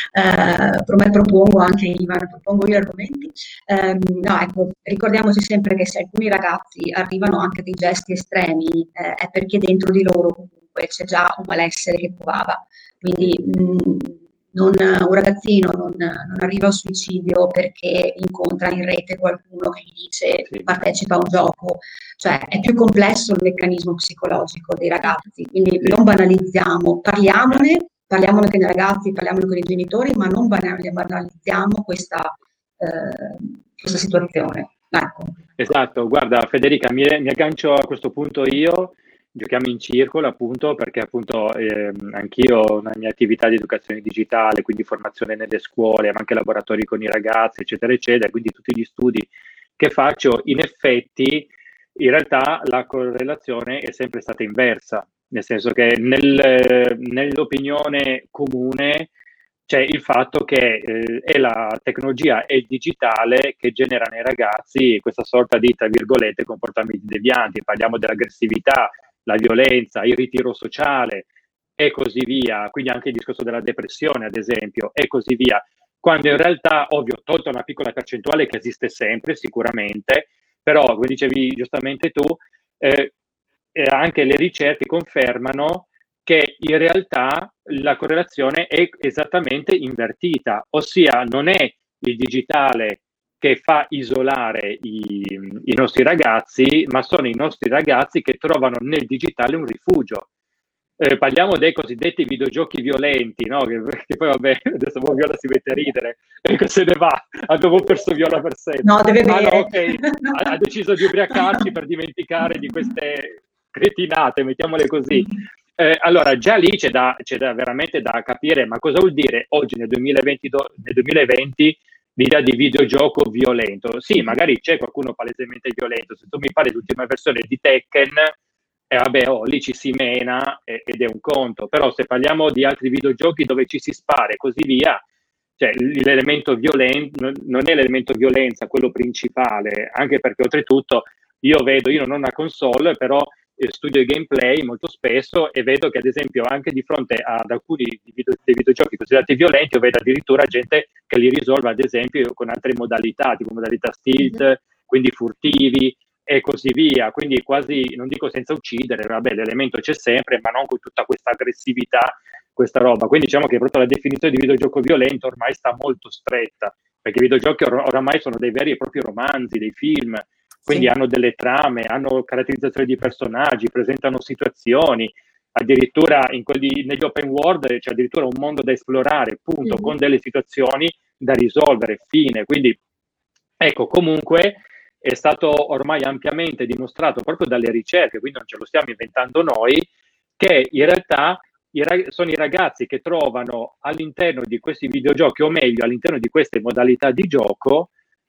Eh, per me propongo anche Ivan, propongo gli argomenti. Eh, no, ecco, ricordiamoci sempre che se alcuni ragazzi arrivano anche a dei gesti estremi, eh, è perché dentro di loro comunque c'è già un malessere che covava. Quindi mh, non, un ragazzino non, non arriva al suicidio perché incontra in rete qualcuno che gli dice Sì. partecipa a un gioco, cioè è più complesso il meccanismo psicologico dei ragazzi, quindi Sì. non banalizziamo, parliamone, parliamone con i ragazzi, parliamone con i genitori, ma non banalizziamo questa, eh, questa situazione. Ecco. Esatto, guarda Federica, mi, mi aggancio a questo punto io. Giochiamo in circolo appunto perché appunto eh, anch'io ho una mia attività di educazione digitale, quindi formazione nelle scuole, ma anche laboratori con i ragazzi, eccetera, eccetera, quindi tutti gli studi che faccio, in effetti, in realtà la correlazione è sempre stata inversa, nel senso che nel, nell'opinione comune c'è il fatto che eh, è la tecnologia e il digitale che genera nei ragazzi questa sorta di, tra virgolette, comportamenti devianti. Parliamo dell'aggressività, la violenza, il ritiro sociale e così via, quindi anche il discorso della depressione ad esempio e così via, quando in realtà, ovvio, tolta una piccola percentuale che esiste sempre sicuramente, però come dicevi giustamente tu, eh, eh, anche le ricerche confermano che in realtà la correlazione è esattamente invertita, ossia non è il digitale che fa isolare i, i nostri ragazzi, ma sono i nostri ragazzi che trovano nel digitale un rifugio. Eh, parliamo dei cosiddetti videogiochi violenti, no? Che, che poi vabbè, adesso Viola si mette a ridere, e se ne va, abbiamo perso Viola per sempre. No, deve ah, bere. No, okay. ha, ha deciso di ubriacarci per dimenticare di queste cretinate, mettiamole così. Eh, allora, già lì c'è, da, c'è da, veramente da capire, ma cosa vuol dire oggi nel duemilaventi, nel duemilaventi l'idea di videogioco violento? Sì, magari c'è qualcuno palesemente violento, se tu mi parli dell'ultima versione di Tekken, e eh, vabbè, oh, lì ci si mena eh, ed è un conto, però se parliamo di altri videogiochi dove ci si spara e così via, cioè l'elemento violento non è l'elemento violenza quello principale, anche perché oltretutto io vedo, io non ho una console, però studio i gameplay molto spesso e vedo che ad esempio anche di fronte ad alcuni video, dei videogiochi considerati violenti, io vedo addirittura gente che li risolve ad esempio con altre modalità, tipo modalità stealth, mm-hmm. quindi furtivi e così via, quindi quasi, non dico senza uccidere, vabbè l'elemento c'è sempre, ma non con tutta questa aggressività, questa roba, quindi diciamo che proprio la definizione di videogioco violento ormai sta molto stretta, perché i videogiochi or- oramai sono dei veri e propri romanzi, dei film, quindi sì. hanno delle trame, hanno caratterizzazioni di personaggi, presentano situazioni, addirittura in quelli, negli open world c'è addirittura un mondo da esplorare, punto, mm-hmm. con delle situazioni da risolvere, fine. Quindi, ecco, comunque è stato ormai ampiamente dimostrato proprio dalle ricerche, quindi non ce lo stiamo inventando noi, che in realtà i rag- sono i ragazzi che trovano all'interno di questi videogiochi, o meglio all'interno di queste modalità di gioco,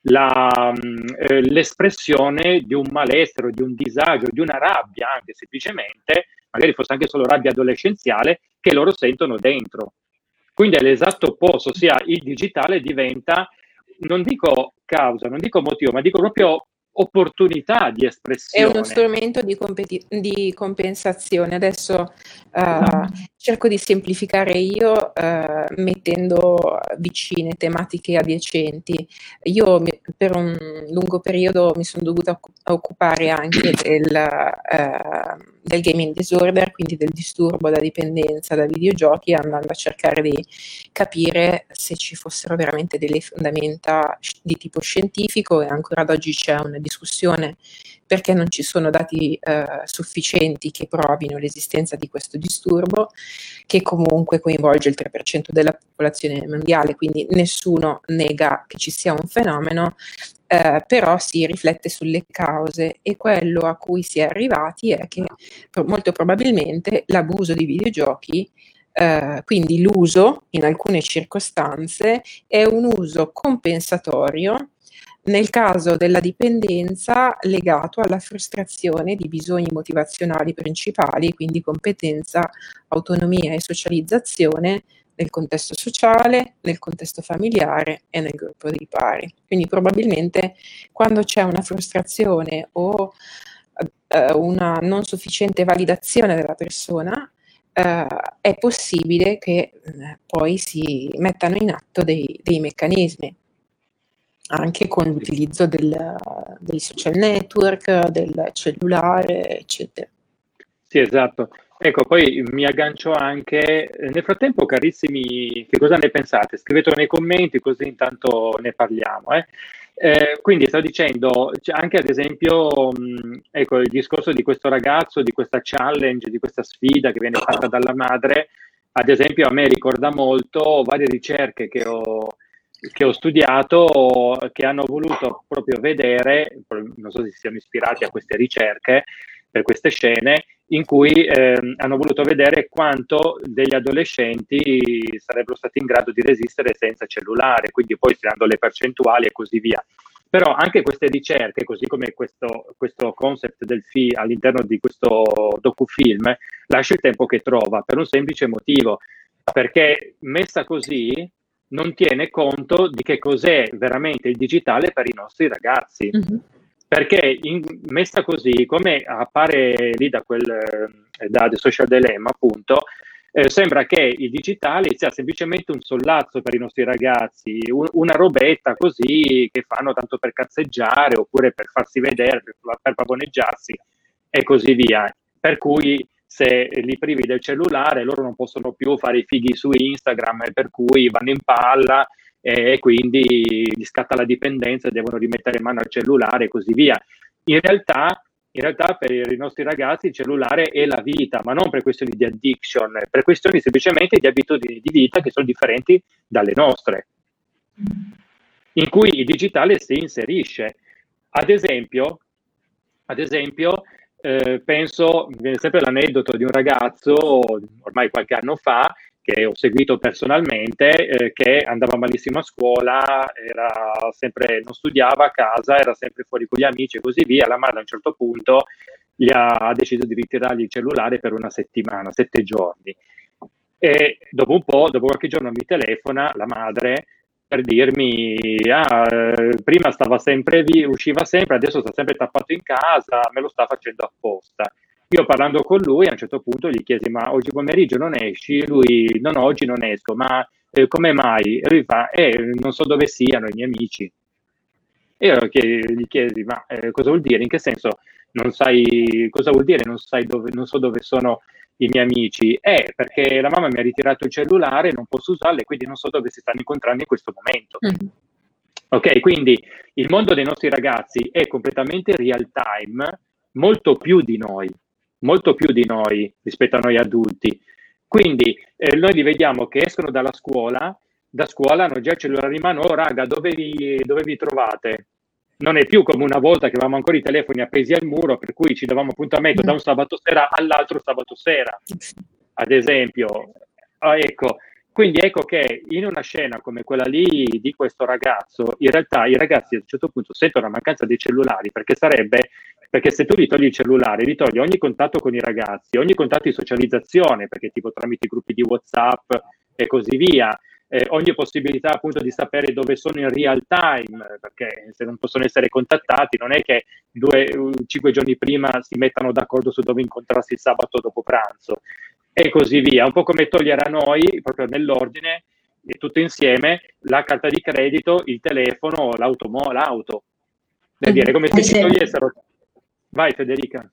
La, eh, l'espressione di un malessere, di un disagio, di una rabbia anche semplicemente, magari fosse anche solo rabbia adolescenziale, che loro sentono dentro. Quindi è l'esatto opposto, ossia il digitale diventa, non dico causa, non dico motivo, ma dico proprio opportunità di espressione. È uno strumento di, competi- di compensazione. Adesso uh, cerco di semplificare io uh, mettendo vicine tematiche adiacenti. Io mi, per un lungo periodo mi sono dovuta occupare anche del, uh, del gaming disorder, quindi del disturbo da dipendenza da videogiochi, andando a cercare di capire se ci fossero veramente delle fondamenta di tipo scientifico, e ancora ad oggi c'è una discussione perché non ci sono dati eh, sufficienti che provino l'esistenza di questo disturbo, che comunque coinvolge il tre per cento della popolazione mondiale, quindi nessuno nega che ci sia un fenomeno, eh, però si riflette sulle cause, e quello a cui si è arrivati è che pro- molto probabilmente l'abuso di videogiochi, Uh, quindi l'uso in alcune circostanze è un uso compensatorio nel caso della dipendenza legato alla frustrazione di bisogni motivazionali principali, quindi competenza, autonomia e socializzazione nel contesto sociale, nel contesto familiare e nel gruppo dei pari. Quindi probabilmente quando c'è una frustrazione o uh, una non sufficiente validazione della persona, Uh, è possibile che uh, poi si mettano in atto dei, dei meccanismi, anche con l'utilizzo del, dei social network, del cellulare, eccetera. Sì, esatto. Ecco, poi mi aggancio anche, nel frattempo, carissimi, che cosa ne pensate? Scrivetelo nei commenti, così intanto ne parliamo. Eh? Eh, quindi sto dicendo, anche ad esempio, mh, ecco, il discorso di questo ragazzo, di questa challenge, di questa sfida che viene fatta dalla madre, ad esempio a me ricorda molto varie ricerche che ho, che ho studiato, che hanno voluto proprio vedere, non so se si siano ispirati a queste ricerche, per queste scene, in cui eh, hanno voluto vedere quanto degli adolescenti sarebbero stati in grado di resistere senza cellulare, quindi poi stilando le percentuali e così via. Però anche queste ricerche, così come questo, questo concept del F I all'interno di questo docufilm, lascia il tempo che trova, per un semplice motivo, perché messa così non tiene conto di che cos'è veramente il digitale per i nostri ragazzi. Mm-hmm. Perché in, messa così, come appare lì da quel eh, da The Social Dilemma, appunto, eh, sembra che il digitale sia semplicemente un sollazzo per i nostri ragazzi, un, una robetta così che fanno tanto per cazzeggiare oppure per farsi vedere, per, per pavoneggiarsi e così via. Per cui se li privi del cellulare, loro non possono più fare i fighi su Instagram, per cui vanno in palla e quindi gli scatta la dipendenza e devono rimettere in mano al cellulare e così via. In realtà, in realtà per i nostri ragazzi il cellulare è la vita, ma non per questioni di addiction, per questioni semplicemente di abitudini di vita che sono differenti dalle nostre, in cui il digitale si inserisce. Ad esempio, ad esempio eh, penso, mi viene sempre l'aneddoto di un ragazzo, ormai qualche anno fa, che ho seguito personalmente, eh, che andava malissimo a scuola, era sempre, non studiava a casa, era sempre fuori con gli amici e così via. La madre a un certo punto gli ha, ha deciso di ritirargli il cellulare per una settimana, sette giorni. E dopo un po', dopo qualche giorno mi telefona la madre per dirmi, ah, prima stava sempre via, usciva sempre, adesso sta sempre tappato in casa, me lo sta facendo apposta. Io parlando con lui a un certo punto gli chiesi, ma oggi pomeriggio non esci? Lui, no, no, oggi non esco, ma eh, come mai? E lui fa, eh, non so dove siano i miei amici. E io gli chiesi, ma eh, cosa vuol dire? In che senso? Non sai, cosa vuol dire? Non sai dove, non so dove sono i miei amici? Eh, perché la mamma mi ha ritirato il cellulare, non posso usarlo e quindi non so dove si stanno incontrando in questo momento. Mm. Ok, quindi il mondo dei nostri ragazzi è completamente real time, molto più di noi. molto più di noi rispetto a noi adulti. Quindi eh, noi li vediamo che escono dalla scuola, da scuola hanno già il cellulare in mano, oh raga, dove vi, dove vi trovate? Non è più come una volta che avevamo ancora i telefoni appesi al muro, per cui ci davamo appuntamento da un sabato sera all'altro sabato sera, ad esempio. Oh, ecco, quindi ecco che in una scena come quella lì di questo ragazzo, in realtà i ragazzi a un certo punto sentono la mancanza dei cellulari, perché sarebbe perché se tu gli togli il cellulare, gli togli ogni contatto con i ragazzi, ogni contatto di socializzazione, perché tipo tramite i gruppi di WhatsApp e così via, eh, ogni possibilità appunto di sapere dove sono in real time, perché se non possono essere contattati non è che due, cinque giorni prima si mettano d'accordo su dove incontrarsi il sabato dopo pranzo e così via. Un po' come togliere a noi, proprio nell'ordine, tutto insieme, la carta di credito, il telefono, l'auto, l'auto. Per dire, come se ci togliessero... Vai Federica.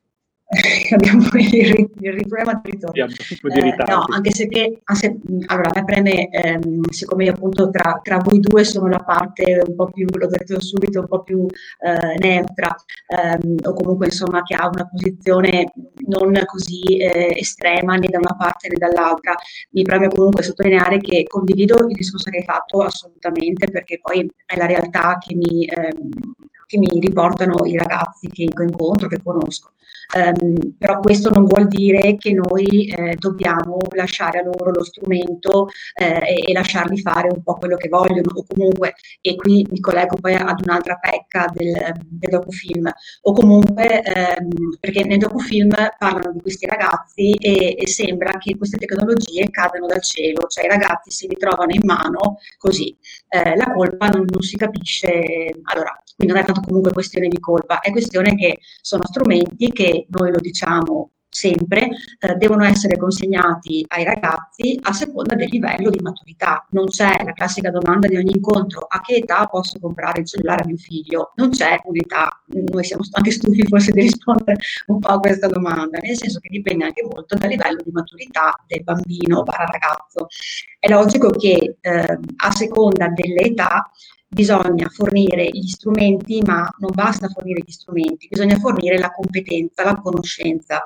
abbiamo il, il problema del ritorno. Eh, no, anche se che, anche, allora, a me preme, ehm, siccome io appunto tra, tra voi due sono la parte un po' più, l'ho detto subito, un po' più eh, neutra, ehm, o comunque insomma che ha una posizione non così eh, estrema né da una parte né dall'altra, mi preme comunque sottolineare che condivido il discorso che hai fatto assolutamente, perché poi è la realtà che mi, ehm, che mi riportano i ragazzi che incontro, che conosco. Um, però questo non vuol dire che noi eh, dobbiamo lasciare a loro lo strumento eh, e, e lasciarli fare un po' quello che vogliono, o comunque, e qui mi collego poi ad un'altra pecca del, del docufilm, o comunque ehm, perché nel docufilm parlano di questi ragazzi e, e sembra che queste tecnologie cadano dal cielo, cioè i ragazzi si ritrovano in mano così, eh, la colpa non, non si capisce, allora, qui non è tanto comunque questione di colpa, è questione che sono strumenti che noi lo diciamo sempre, eh, devono essere consegnati ai ragazzi a seconda del livello di maturità. Non c'è la classica domanda di ogni incontro: a che età posso comprare il cellulare a mio figlio? Non c'è un'età, noi siamo anche studi forse di rispondere un po' a questa domanda, nel senso che dipende anche molto dal livello di maturità del bambino barra ragazzo. È logico che eh, a seconda delle età bisogna fornire gli strumenti, ma non basta fornire gli strumenti, bisogna fornire la competenza, la conoscenza.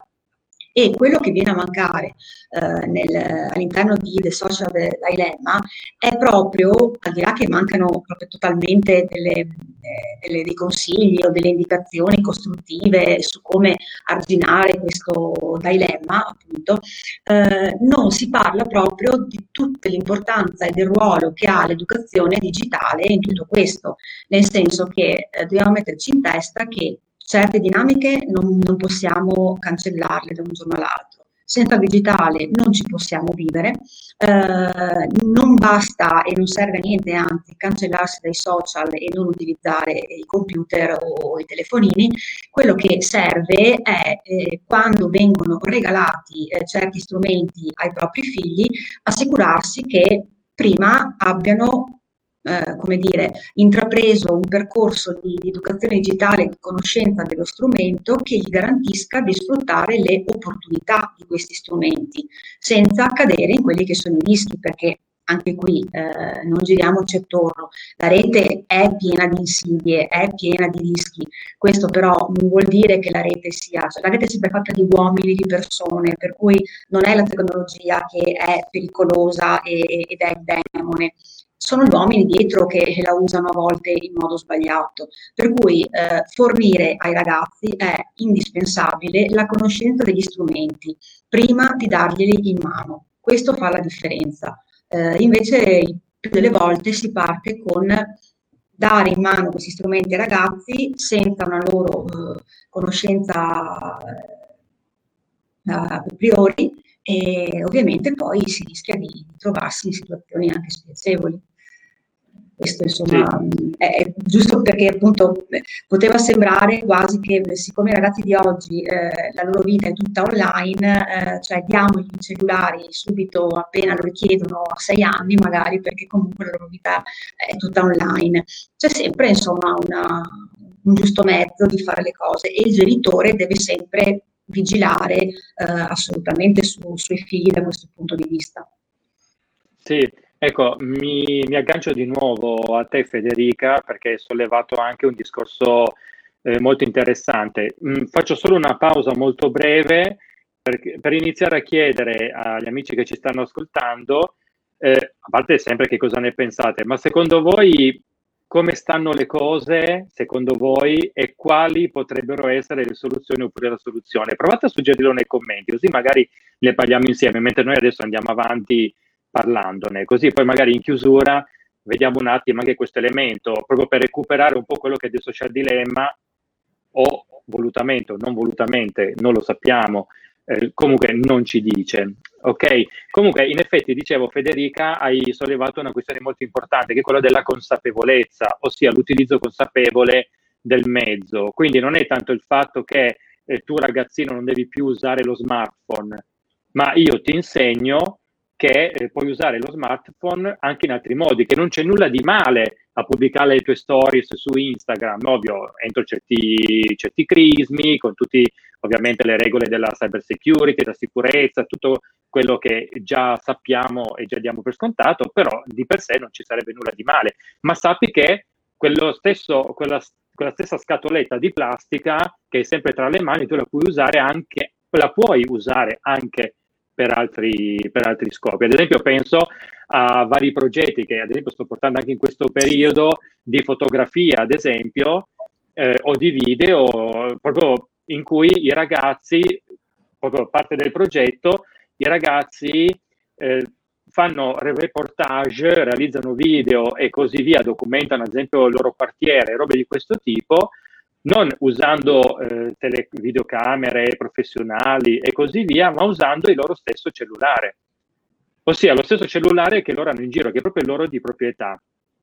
E quello che viene a mancare eh, nel, all'interno di The Social Dilemma è proprio, al di là che mancano proprio totalmente delle, eh, delle, dei consigli o delle indicazioni costruttive su come arginare questo dilemma, appunto, eh, non si parla proprio di tutta l'importanza e del ruolo che ha l'educazione digitale in tutto questo, nel senso che eh, dobbiamo metterci in testa che certe dinamiche non, non possiamo cancellarle da un giorno all'altro. Senza digitale non ci possiamo vivere, eh, non basta e non serve a niente, anzi, cancellarsi dai social e non utilizzare i computer o i telefonini. Quello che serve è, eh, quando vengono regalati eh, certi strumenti ai propri figli, assicurarsi che prima abbiano Eh, come dire, intrapreso un percorso di, di educazione digitale, di conoscenza dello strumento che gli garantisca di sfruttare le opportunità di questi strumenti, senza cadere in quelli che sono i rischi, perché anche qui eh, non giriamoci attorno, la rete è piena di insidie, è piena di rischi, questo però non vuol dire che la rete sia, cioè la rete è sempre fatta di uomini, di persone, per cui non è la tecnologia che è pericolosa e, ed è il demone, sono gli uomini dietro che la usano a volte in modo sbagliato, per cui eh, fornire ai ragazzi è indispensabile la conoscenza degli strumenti prima di darglieli in mano, questo fa la differenza. Eh, invece più delle volte si parte con dare in mano questi strumenti ai ragazzi senza una loro eh, conoscenza eh, a priori, e ovviamente poi si rischia di trovarsi in situazioni anche spiacevoli. Questo insomma sì. è, è giusto perché appunto poteva sembrare quasi che siccome i ragazzi di oggi eh, la loro vita è tutta online, eh, cioè diamogli i cellulari subito appena lo richiedono a sei anni magari, perché comunque la loro vita è tutta online. C'è sempre insomma una, un giusto mezzo di fare le cose e il genitore deve sempre vigilare eh, assolutamente su, sui figli da questo punto di vista. Sì, ecco, mi, mi aggancio di nuovo a te Federica perché hai sollevato anche un discorso eh, molto interessante. Mm, faccio solo una pausa molto breve per, per iniziare a chiedere agli amici che ci stanno ascoltando, eh, a parte sempre che cosa ne pensate, ma secondo voi come stanno le cose, secondo voi, e quali potrebbero essere le soluzioni oppure la soluzione? Provate a suggerirlo nei commenti, così magari le parliamo insieme, mentre noi adesso andiamo avanti parlandone, così poi magari in chiusura vediamo un attimo anche questo elemento, proprio per recuperare un po' quello che è The Social Dilemma, o volutamente o non volutamente, non lo sappiamo, eh, comunque non ci dice. Ok, comunque in effetti dicevo Federica hai sollevato una questione molto importante che è quella della consapevolezza, ossia l'utilizzo consapevole del mezzo, quindi non è tanto il fatto che eh, tu ragazzino non devi più usare lo smartphone, ma io ti insegno che eh, puoi usare lo smartphone anche in altri modi, che non c'è nulla di male a pubblicare le tue stories su Instagram, ovvio, entro certi, certi crismi, con tutti ovviamente le regole della cyber security, della sicurezza, tutto quello che già sappiamo e già diamo per scontato, però di per sé non ci sarebbe nulla di male. Ma sappi che quello stesso, quella, quella stessa scatoletta di plastica che è sempre tra le mani, tu la puoi usare anche, la puoi usare anche per altri, per altri scopi. Ad esempio penso a vari progetti che ad esempio sto portando anche in questo periodo di fotografia, ad esempio, eh, o di video, proprio in cui i ragazzi, proprio parte del progetto, i ragazzi eh, fanno reportage, realizzano video e così via, documentano ad esempio il loro quartiere, robe di questo tipo, non usando eh, tele- videocamere professionali e così via, ma usando il loro stesso cellulare. Ossia, lo stesso cellulare che loro hanno in giro, che è proprio il loro di proprietà.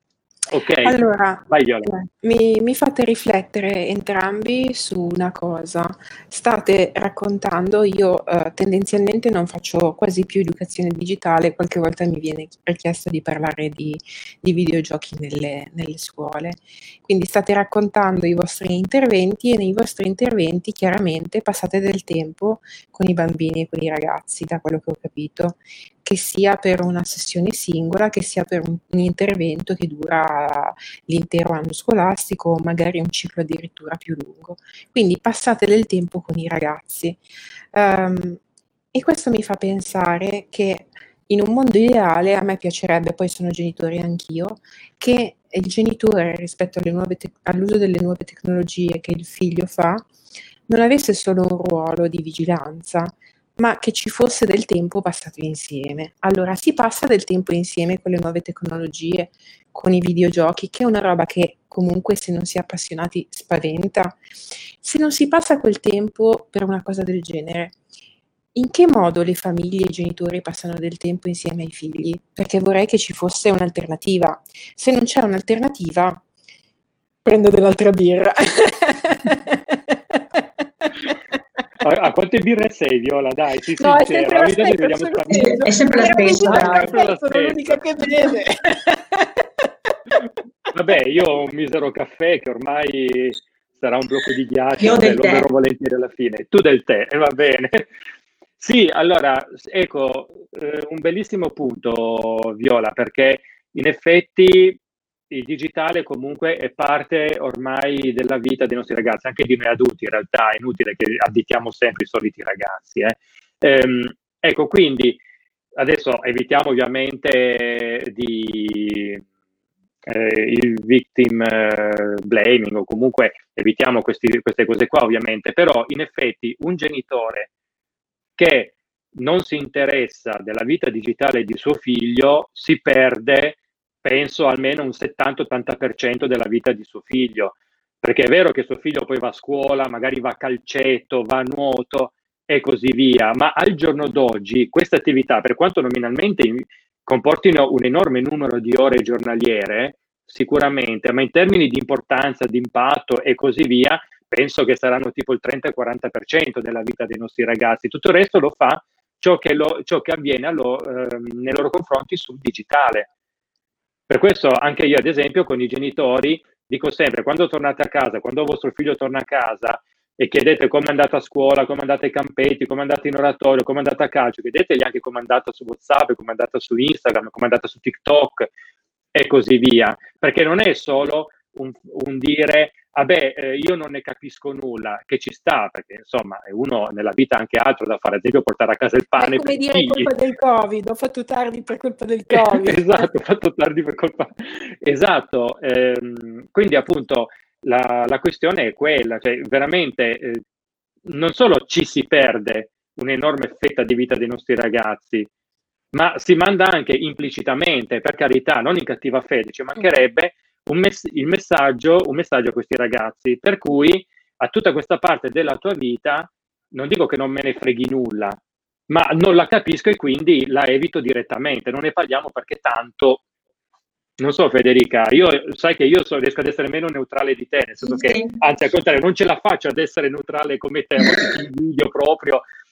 Ok, Allora, vai Viola. eh, mi, mi fate riflettere entrambi su una cosa. State raccontando, io eh, tendenzialmente non faccio quasi più educazione digitale, qualche volta mi viene richiesto di parlare di, di videogiochi nelle, nelle scuole. Quindi state raccontando i vostri interventi e nei vostri interventi chiaramente passate del tempo con i bambini e con i ragazzi, da quello che ho capito, che sia per una sessione singola, che sia per un, un intervento che dura l'intero anno scolastico o magari un ciclo addirittura più lungo. Quindi passate del tempo con i ragazzi. Um, e questo mi fa pensare che in un mondo ideale a me piacerebbe, poi sono genitore anch'io, che il genitore rispetto alle nuove te- all'uso delle nuove tecnologie che il figlio fa non avesse solo un ruolo di vigilanza, ma che ci fosse del tempo passato insieme. Allora si passa del tempo insieme con le nuove tecnologie, con i videogiochi, che è una roba che comunque se non si è appassionati spaventa. Se non si passa quel tempo per una cosa del genere, in che modo le famiglie e i genitori passano del tempo insieme ai figli? Perché vorrei che ci fosse un'alternativa. Se non c'è un'alternativa, prendo dell'altra birra. A, a quante birre sei, Viola? Dai, sì, No, è sincera. sempre la Ogni tanto ci stessa, vediamo sono stamattina. È sempre la Era stessa, vicino al bravo. Sempre la caffè, sono stessa. l'unica che beve. Vabbè, io ho un misero caffè che ormai sarà un blocco di ghiaccio, Io vabbè, del lo tè. berrò volentieri alla fine. Tu del tè, e va bene. Sì, allora, ecco, eh, un bellissimo punto, Viola, perché in effetti il digitale comunque è parte ormai della vita dei nostri ragazzi, anche di noi adulti in realtà, è inutile che additiamo sempre i soliti ragazzi. Eh. Ehm, ecco, quindi adesso evitiamo ovviamente di eh, il victim eh, blaming o comunque evitiamo questi, queste cose qua ovviamente, però in effetti un genitore che non si interessa della vita digitale di suo figlio si perde, penso, almeno un settanta ottanta per cento della vita di suo figlio, perché è vero che suo figlio poi va a scuola, magari va a calcetto, va a nuoto e così via, ma al giorno d'oggi queste attività, per quanto nominalmente comportino un enorme numero di ore giornaliere, sicuramente, ma in termini di importanza, di impatto e così via, penso che saranno tipo il trenta quaranta per cento della vita dei nostri ragazzi. Tutto il resto lo fa ciò che, lo, ciò che avviene allo, eh, nei loro confronti sul digitale. Per questo anche io, ad esempio, con i genitori dico sempre, quando tornate a casa, quando vostro figlio torna a casa e chiedete come è andata a scuola, come è andata ai campetti, come è andata in oratorio, come è andata a calcio, chiedetegli anche come è andata su WhatsApp, come è andata su Instagram, come è andata su TikTok e così via, perché non è solo un, un dire vabbè, eh, io non ne capisco nulla, che ci sta, perché insomma uno nella vita ha anche altro da fare, ad esempio portare a casa il pane. È come per dire figli. colpa del Covid, ho fatto tardi per colpa del Covid. Esatto, ho fatto tardi per colpa. Esatto, ehm, quindi appunto la, la questione è quella, cioè veramente eh, non solo ci si perde un'enorme fetta di vita dei nostri ragazzi, ma si manda anche implicitamente, per carità, non in cattiva fede, ci mancherebbe un mess- il messaggio, un messaggio a questi ragazzi, per cui a tutta questa parte della tua vita, non dico che non me ne freghi nulla, ma non la capisco e quindi la evito direttamente, non ne parliamo perché tanto, non so Federica, io sai che io so, riesco ad essere meno neutrale di te, nel senso che, anzi al contrario, non ce la faccio ad essere neutrale come te, a volte ti invidio proprio,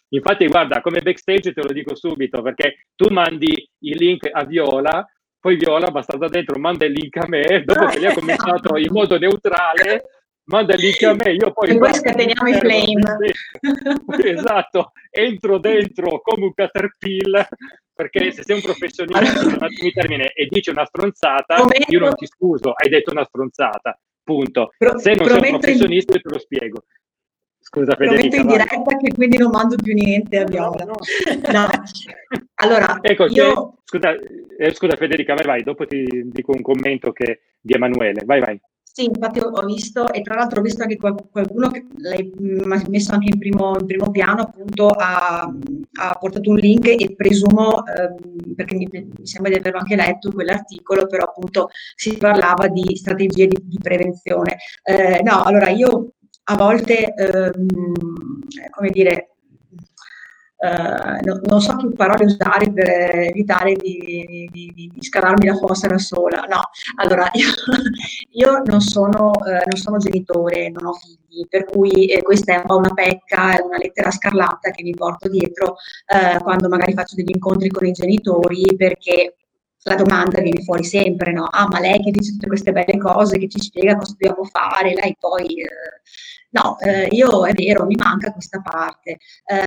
Infatti, guarda, come backstage te lo dico subito, perché tu mandi il link a Viola, poi Viola, basata dentro, manda il link a me, dopo che lei ha cominciato in modo neutrale, manda il link a me, io poi... E poi scateniamo i flame. Esatto, entro dentro come un caterpillar, perché se sei un professionista, allora, un termine, e dici una stronzata, prometto, io non ti scuso, hai detto una stronzata, punto. Pro, se non sei un professionista, in... te lo spiego. Scusa, Federica, prometto in diretta vai. Che quindi non mando più niente a Viola. No, no. no. Allora, ecco, io... che, scusa, eh, scusa Federica, vai, vai, dopo ti dico un commento che, di Emanuele, vai, vai. Sì, infatti ho visto, e tra l'altro ho visto anche qualcuno che l'hai messo anche in primo, in primo piano, appunto ha, ha portato un link e presumo, ehm, perché mi, mi sembra di averlo anche letto quell'articolo, però appunto si parlava di strategie di, di prevenzione. Eh, no, allora io a volte, ehm, come dire, Uh, no, non so che parole usare per evitare di, di, di, di scavarmi la fossa da sola. No, allora io, io non, sono, uh, non sono genitore, non ho figli, per cui eh, questa è un po' una pecca, è una lettera scarlatta che mi porto dietro uh, quando magari faccio degli incontri con i genitori, perché la domanda viene fuori sempre, no? Ah, ma lei che dice tutte queste belle cose, che ci spiega cosa dobbiamo fare, lei poi... Eh, no, eh, io è vero, mi manca questa parte.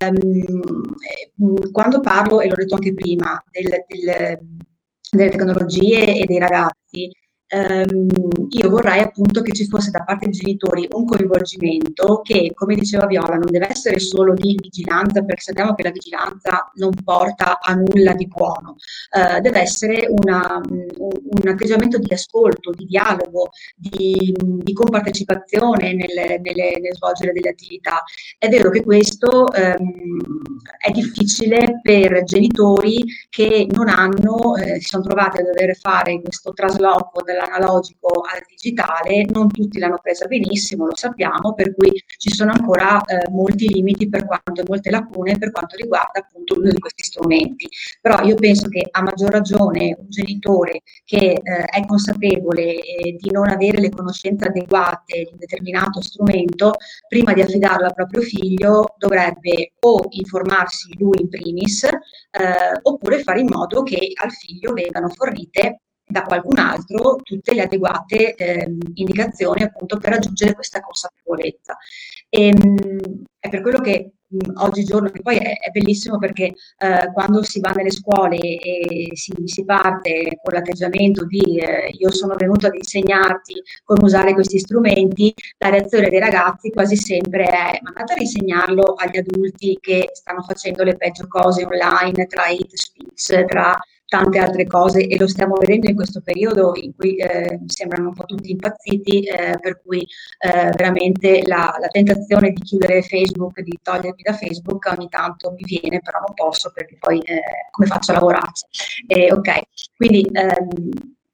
Um, quando parlo, e l'ho detto anche prima, del, del, delle tecnologie e dei ragazzi, um, io vorrei appunto che ci fosse da parte dei genitori un coinvolgimento che, come diceva Viola, non deve essere solo di vigilanza, perché sappiamo che la vigilanza non porta a nulla di buono, uh, deve essere una, un, un atteggiamento di ascolto, di dialogo, di, di compartecipazione nel, nelle, nel svolgere delle attività. È vero che questo um, è difficile per genitori che non hanno, eh, si sono trovati a dover fare questo trasloco dall'analogico al digitale, non tutti l'hanno presa benissimo, lo sappiamo, per cui ci sono ancora eh, molti limiti per quanto, molte lacune per quanto riguarda appunto l'uso di questi strumenti. Però io penso che a maggior ragione un genitore che eh, è consapevole eh, di non avere le conoscenze adeguate di un determinato strumento, prima di affidarlo al proprio figlio dovrebbe o informarsi lui in primis, eh, oppure fare in modo che al figlio vengano fornite da qualcun altro tutte le adeguate eh, indicazioni appunto per raggiungere questa consapevolezza. E, mh, è per quello che mh, oggigiorno, che poi è, è bellissimo perché eh, quando si va nelle scuole e si, si parte con l'atteggiamento di eh, io sono venuto ad insegnarti come usare questi strumenti, la reazione dei ragazzi quasi sempre è ma andate a insegnarlo agli adulti che stanno facendo le peggio cose online, tra hate speech, tra tante altre cose, e lo stiamo vedendo in questo periodo in cui eh, sembrano un po' tutti impazziti, eh, per cui eh, veramente la, la tentazione di chiudere Facebook, di togliermi da Facebook ogni tanto mi viene, però non posso perché poi eh, come faccio a lavorarci? Eh, ok, quindi ehm,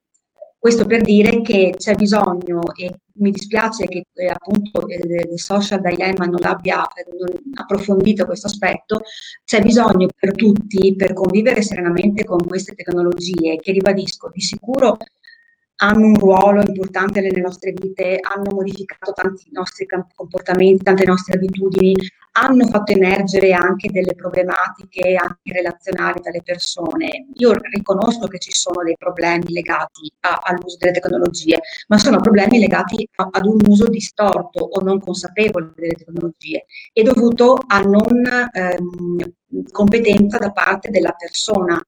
questo per dire che c'è bisogno, e mi dispiace che eh, appunto il social dilemma non abbia eh, non approfondito questo aspetto, c'è bisogno per tutti, per convivere serenamente con queste tecnologie, che ribadisco, di sicuro hanno un ruolo importante nelle nostre vite, hanno modificato tanti nostri comportamenti, tante nostre abitudini, hanno fatto emergere anche delle problematiche anche relazionali tra le persone. Io riconosco che ci sono dei problemi legati a, all'uso delle tecnologie, ma sono problemi legati a, ad un uso distorto o non consapevole delle tecnologie e dovuto a non ehm, competenza da parte della persona.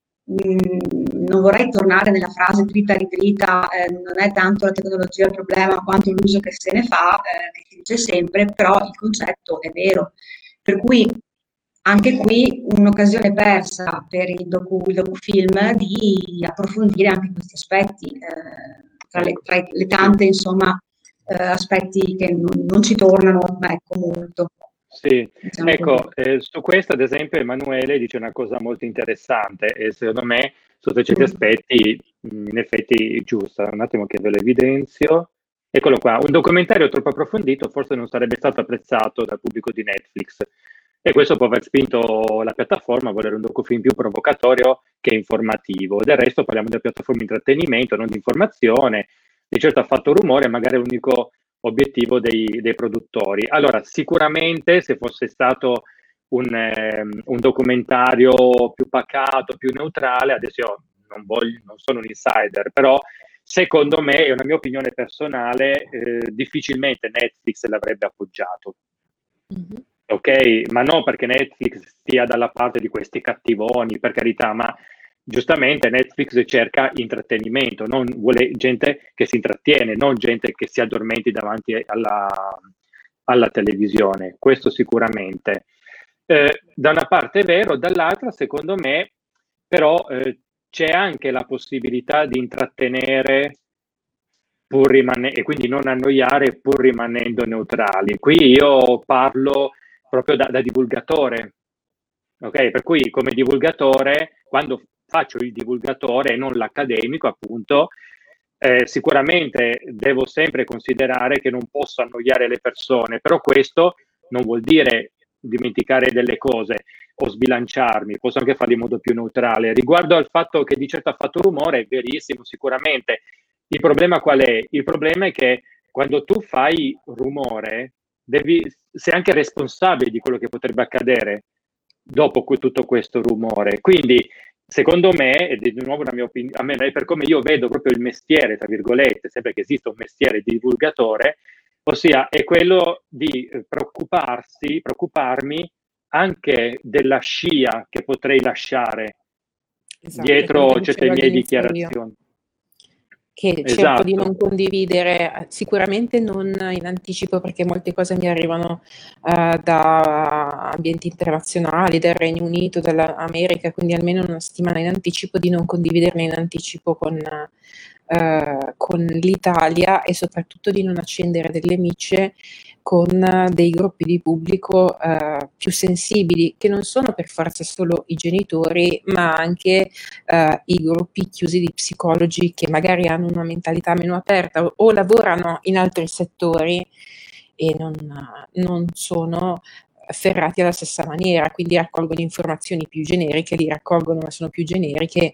Non vorrei tornare nella frase trita ritrita, eh, non è tanto la tecnologia il problema quanto l'uso che se ne fa, eh, che si dice sempre, però il concetto è vero. Per cui anche qui un'occasione persa per il, docu, il docufilm di approfondire anche questi aspetti, eh, tra, le, tra le tante insomma eh, aspetti che non, non ci tornano ecco, molto. Sì, diciamo ecco, eh, su questo ad esempio Emanuele dice una cosa molto interessante e secondo me sotto certi aspetti in effetti giusta. Un attimo che ve lo evidenzio. Eccolo qua, un documentario troppo approfondito forse non sarebbe stato apprezzato dal pubblico di Netflix e questo può aver spinto la piattaforma a volere un docufilm più provocatorio che informativo. Del resto parliamo di una piattaforma di intrattenimento, non di informazione, di certo ha fatto rumore, magari è l'unico obiettivo dei, dei produttori. Allora, sicuramente se fosse stato un, eh, un documentario più pacato, più neutrale. Adesso io non, voglio, non sono un insider, però secondo me, è una mia opinione personale, eh, difficilmente Netflix l'avrebbe appoggiato. Mm-hmm. Ok? Ma non perché Netflix stia dalla parte di questi cattivoni, per carità, ma giustamente Netflix cerca intrattenimento, non vuole gente che si intrattiene, non gente che si addormenti davanti alla, alla televisione. Questo sicuramente. Eh, da una parte è vero, dall'altra, secondo me, però eh, c'è anche la possibilità di intrattenere pur rimanendo, e quindi non annoiare pur rimanendo neutrali. Qui io parlo proprio da, da divulgatore, ok? Per cui come divulgatore, quando faccio il divulgatore e non l'accademico, appunto, eh, sicuramente devo sempre considerare che non posso annoiare le persone, però questo non vuol dire dimenticare delle cose o sbilanciarmi, posso anche farlo in modo più neutrale. Riguardo al fatto che di certo ha fatto rumore, è verissimo, sicuramente. Il problema qual è? Il problema è che quando tu fai rumore, devi, sei anche responsabile di quello che potrebbe accadere dopo tutto questo rumore. Quindi, secondo me, ed è di nuovo una mia opinione, per come io vedo proprio il mestiere, tra virgolette, sempre che esiste un mestiere di divulgatore, ossia è quello di preoccuparsi, preoccuparmi anche della scia che potrei lasciare esatto, dietro certe mie dichiarazioni. Che cerco esatto. di non condividere, sicuramente non in anticipo, perché molte cose mi arrivano uh, da ambienti internazionali, dal Regno Unito, dall'America, quindi almeno una settimana in anticipo, di non condividerle in anticipo con, uh, con l'Italia, e soprattutto di non accendere delle micce con dei gruppi di pubblico uh, più sensibili, che non sono per forza solo i genitori, ma anche uh, i gruppi chiusi di psicologi che magari hanno una mentalità meno aperta o, o lavorano in altri settori e non, non sono ferrati alla stessa maniera, quindi raccolgono informazioni più generiche, li raccolgono ma sono più generiche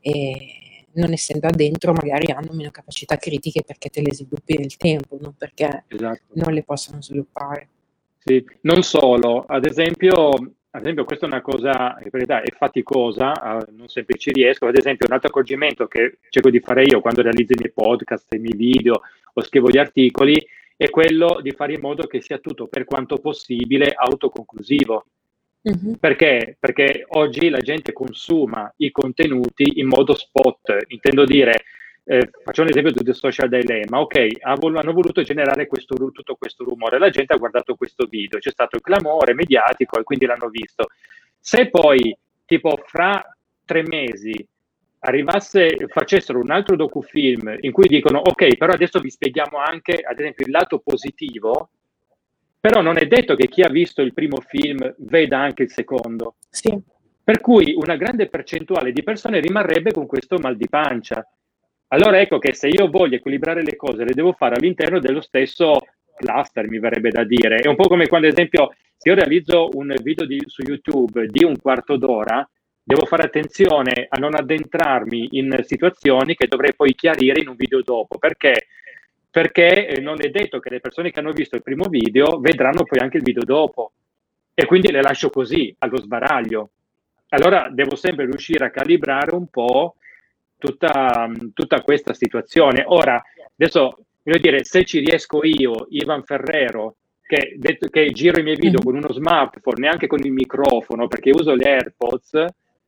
e non essendo addentro magari hanno meno capacità critiche perché te le sviluppi nel tempo, non perché esatto. non le possono sviluppare. Sì, non solo, ad esempio, ad esempio questa è una cosa, in verità è faticosa, uh, non sempre ci riesco. Ad esempio un altro accorgimento che cerco di fare io quando realizzo i miei podcast, i miei video o scrivo gli articoli, è quello di fare in modo che sia tutto per quanto possibile autoconclusivo. Uh-huh. Perché? Perché oggi la gente consuma i contenuti in modo spot, intendo dire, eh, facciamo un esempio di The Social Dilemma, ok, hanno voluto generare questo, tutto questo rumore, la gente ha guardato questo video, c'è stato il clamore mediatico e quindi l'hanno visto. Se poi, tipo, fra tre mesi arrivasse, facessero un altro docufilm in cui dicono, ok, però adesso vi spieghiamo anche, ad esempio, il lato positivo, però non è detto che chi ha visto il primo film veda anche il secondo. Sì. Per cui una grande percentuale di persone rimarrebbe con questo mal di pancia. Allora ecco che se io voglio equilibrare le cose, le devo fare all'interno dello stesso cluster, mi verrebbe da dire. È un po' come quando, ad esempio, se io realizzo un video di, su YouTube di un quarto d'ora, devo fare attenzione a non addentrarmi in situazioni che dovrei poi chiarire in un video dopo. Perché? Perché non è detto che le persone che hanno visto il primo video vedranno poi anche il video dopo, e quindi le lascio così, allo sbaraglio. Allora devo sempre riuscire a calibrare un po' tutta, tutta questa situazione. Ora, adesso, voglio dire, se ci riesco io, Ivan Ferrero, che, detto, che giro i miei video mm. con uno smartphone, neanche con il microfono, perché uso le AirPods,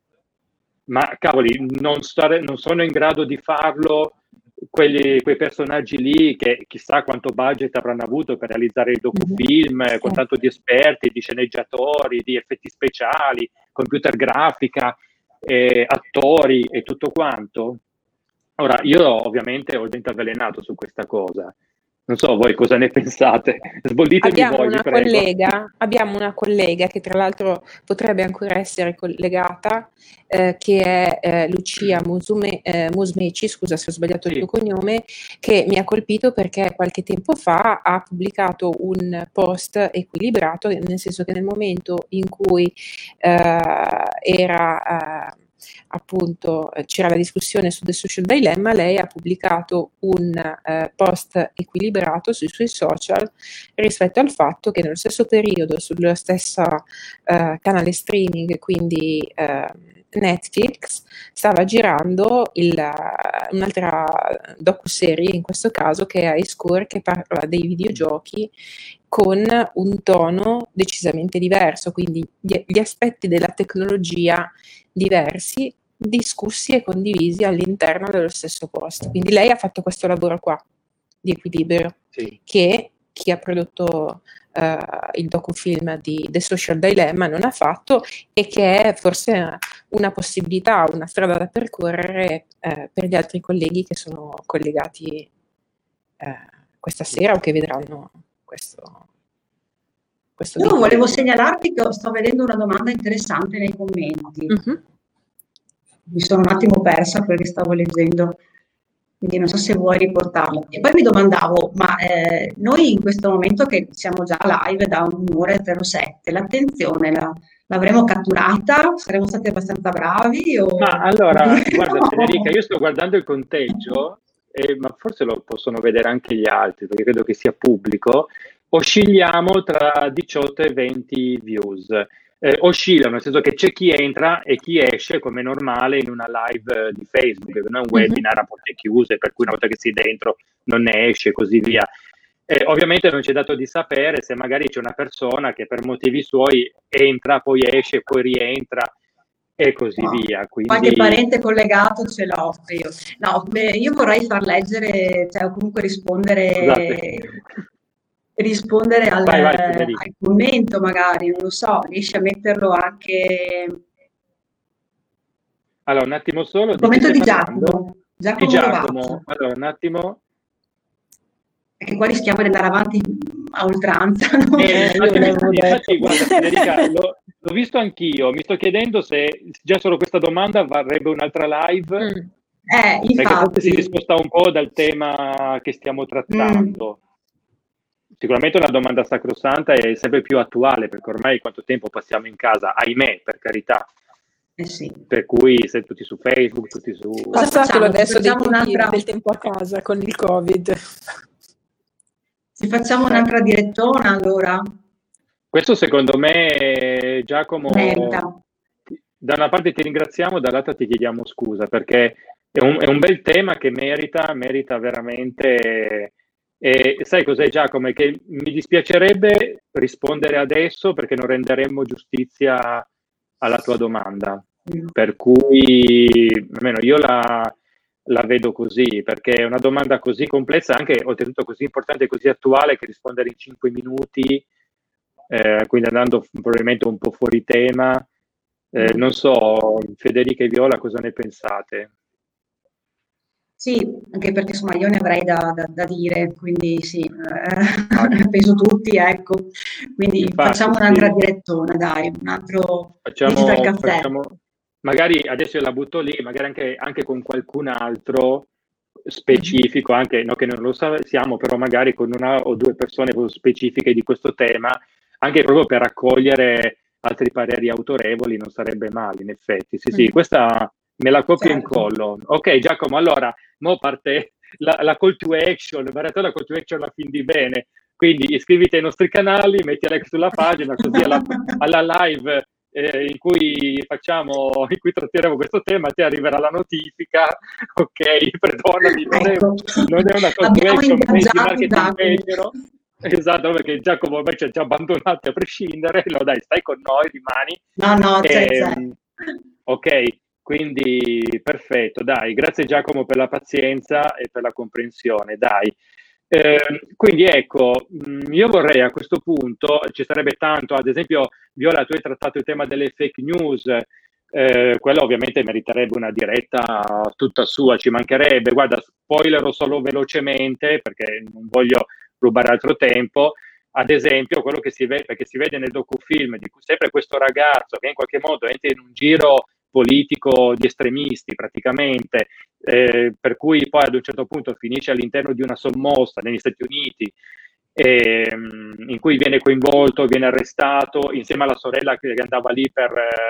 ma cavoli, non, stare, non sono in grado di farlo quelli, quei personaggi lì che chissà quanto budget avranno avuto per realizzare il docufilm, mm-hmm. con tanto di esperti, di sceneggiatori, di effetti speciali, computer grafica, eh, attori e tutto quanto. Ora, io ovviamente ho il dente avvelenato su questa cosa. Non so voi cosa ne pensate. Sbollitemi abbiamo voi, una vi prego. collega, abbiamo una collega che tra l'altro potrebbe ancora essere collegata, eh, che è eh, Lucia Musume, eh, Musmeci, scusa se ho sbagliato sì. il tuo cognome, che mi ha colpito perché qualche tempo fa ha pubblicato un post equilibrato, nel senso che nel momento in cui eh, era... Eh, appunto eh, c'era la discussione su The Social Dilemma, lei ha pubblicato un eh, post equilibrato sui suoi social rispetto al fatto che nello stesso periodo, sullo stesso eh, canale streaming, quindi eh, Netflix, stava girando il, un'altra docuserie, in questo caso, che è High Score, che parla dei videogiochi con un tono decisamente diverso, quindi gli, gli aspetti della tecnologia diversi, discussi e condivisi all'interno dello stesso post. Quindi lei ha fatto questo lavoro qua di equilibrio, Sì. che chi ha prodotto uh, il docufilm di The Social Dilemma non ha fatto, e che è forse una possibilità, una strada da percorrere uh, per gli altri colleghi che sono collegati uh, questa sera o che vedranno questo, questo Io video. volevo segnalarti che sto vedendo una domanda interessante nei commenti. Mm-hmm. Mi sono un attimo persa perché stavo leggendo, quindi non so se vuoi riportarlo. E poi mi domandavo, ma eh, noi in questo momento che siamo già live da un'ora e zero sette, l'attenzione la, l'avremo catturata? Saremo stati abbastanza bravi? O... Ma allora, no. guarda Federica, io sto guardando il conteggio, eh, ma forse lo possono vedere anche gli altri, perché credo che sia pubblico. Oscilliamo tra diciotto e venti views. Eh, oscillano, nel senso che c'è chi entra e chi esce come normale in una live di Facebook, che non è un webinar a porte chiuse, per cui una volta che sei dentro non ne esce e così via. Eh, ovviamente non c'è dato di sapere se magari c'è una persona che per motivi suoi entra, poi esce, poi rientra e così No. via. Quindi... Qualche parente collegato ce l'ho io. No, beh, io vorrei far leggere, cioè o comunque rispondere... Scusate. rispondere al, vai, vai, al commento, magari, non lo so, riesci a metterlo anche... Allora, un attimo solo. Il commento di Giacomo. Giacomo, Giacomo, Giacomo. Rovazzo. Allora, un attimo. Perché qua rischiamo di andare avanti a oltranza. No? Eh, infatti, infatti, guarda, Federica, l'ho, l'ho visto anch'io. Mi sto chiedendo se già solo questa domanda varrebbe un'altra live. Mm. Eh, infatti. Perché forse si discosta un po' dal tema che stiamo trattando. Mm. Sicuramente una domanda sacrosanta e sempre più attuale, perché ormai quanto tempo passiamo in casa, ahimè, per carità. Eh sì. Per cui se tutti su Facebook, tutti su... Passatelo adesso dei un'altra... del tempo a casa con il Covid. Ci facciamo un'altra direttona allora? Questo secondo me, Giacomo, merita. Da una parte ti ringraziamo, dall'altra ti chiediamo scusa, perché è un, è un bel tema che merita, merita veramente... E sai cos'è, Giacomo? È che mi dispiacerebbe rispondere adesso perché non renderemmo giustizia alla tua domanda, mm. per cui almeno io la, la vedo così, perché è una domanda così complessa, anche oltretutto così importante e così attuale, che rispondere in cinque minuti, eh, quindi andando probabilmente un po' fuori tema, eh, non so, Federica e Viola, cosa ne pensate? Sì, anche perché insomma io ne avrei da, da, da dire, quindi sì, eh, penso tutti, ecco. Quindi infatti, facciamo un'altra sì. direttona, dai, un altro facciamo, caffè. Facciamo, magari adesso io la butto lì, magari anche, anche con qualcun altro specifico, mm-hmm. anche no, che non lo sappiamo, però magari con una o due persone specifiche di questo tema, anche proprio per raccogliere altri pareri autorevoli, non sarebbe male, in effetti. Sì, mm-hmm. sì, questa... me la copio certo. in collo. Ok, Giacomo, allora, mo parte la, la call to action, la call to action la fin di bene. Quindi iscriviti ai nostri canali, metti like sulla pagina, così alla, alla live eh, in cui facciamo, in cui tratteremo questo tema, ti arriverà la notifica. Ok, perdonami, non, ecco. è, non è una call to action, ma di marketing vero. Esatto, perché Giacomo ormai ci ha già abbandonati a prescindere. No, dai, stai con noi, rimani. No, no, c'è, e, c'è. Ok. Quindi perfetto, dai, grazie Giacomo per la pazienza e per la comprensione, dai. Eh, quindi ecco, mh, io vorrei a questo punto, ci sarebbe tanto, ad esempio Viola, tu hai trattato il tema delle fake news, eh, quello ovviamente meriterebbe una diretta tutta sua, ci mancherebbe, guarda, spoilerò solo velocemente perché non voglio rubare altro tempo. Ad esempio, quello che si vede, perché si vede nel docufilm di cui sempre questo ragazzo che in qualche modo entra in un giro politico di estremisti praticamente, eh, per cui poi ad un certo punto finisce all'interno di una sommossa negli Stati Uniti, eh, in cui viene coinvolto, viene arrestato insieme alla sorella che andava lì per,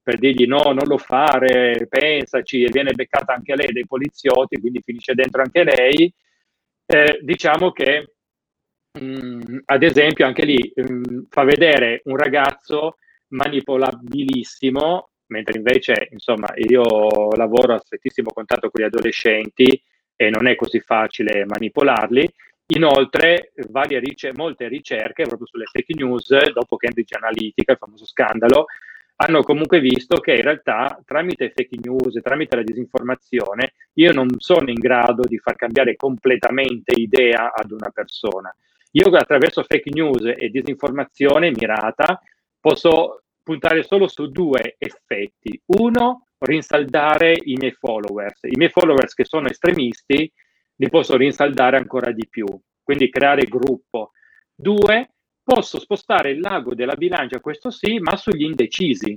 per dirgli no, non lo fare, pensaci, e viene beccata anche lei dai poliziotti, quindi finisce dentro anche lei. Eh, diciamo che mh, ad esempio anche lì mh, fa vedere un ragazzo manipolabilissimo, mentre invece insomma io lavoro a strettissimo contatto con gli adolescenti e non è così facile manipolarli. Inoltre varie ric- molte ricerche proprio sulle fake news dopo Cambridge Analytica, il famoso scandalo, hanno comunque visto che in realtà tramite fake news, tramite la disinformazione, io non sono in grado di far cambiare completamente idea ad una persona. Io attraverso fake news e disinformazione mirata posso puntare solo su due effetti. Uno, rinsaldare i miei followers. I miei followers che sono estremisti li posso rinsaldare ancora di più, quindi creare gruppo. Due, posso spostare il lago della bilancia, questo sì, ma sugli indecisi.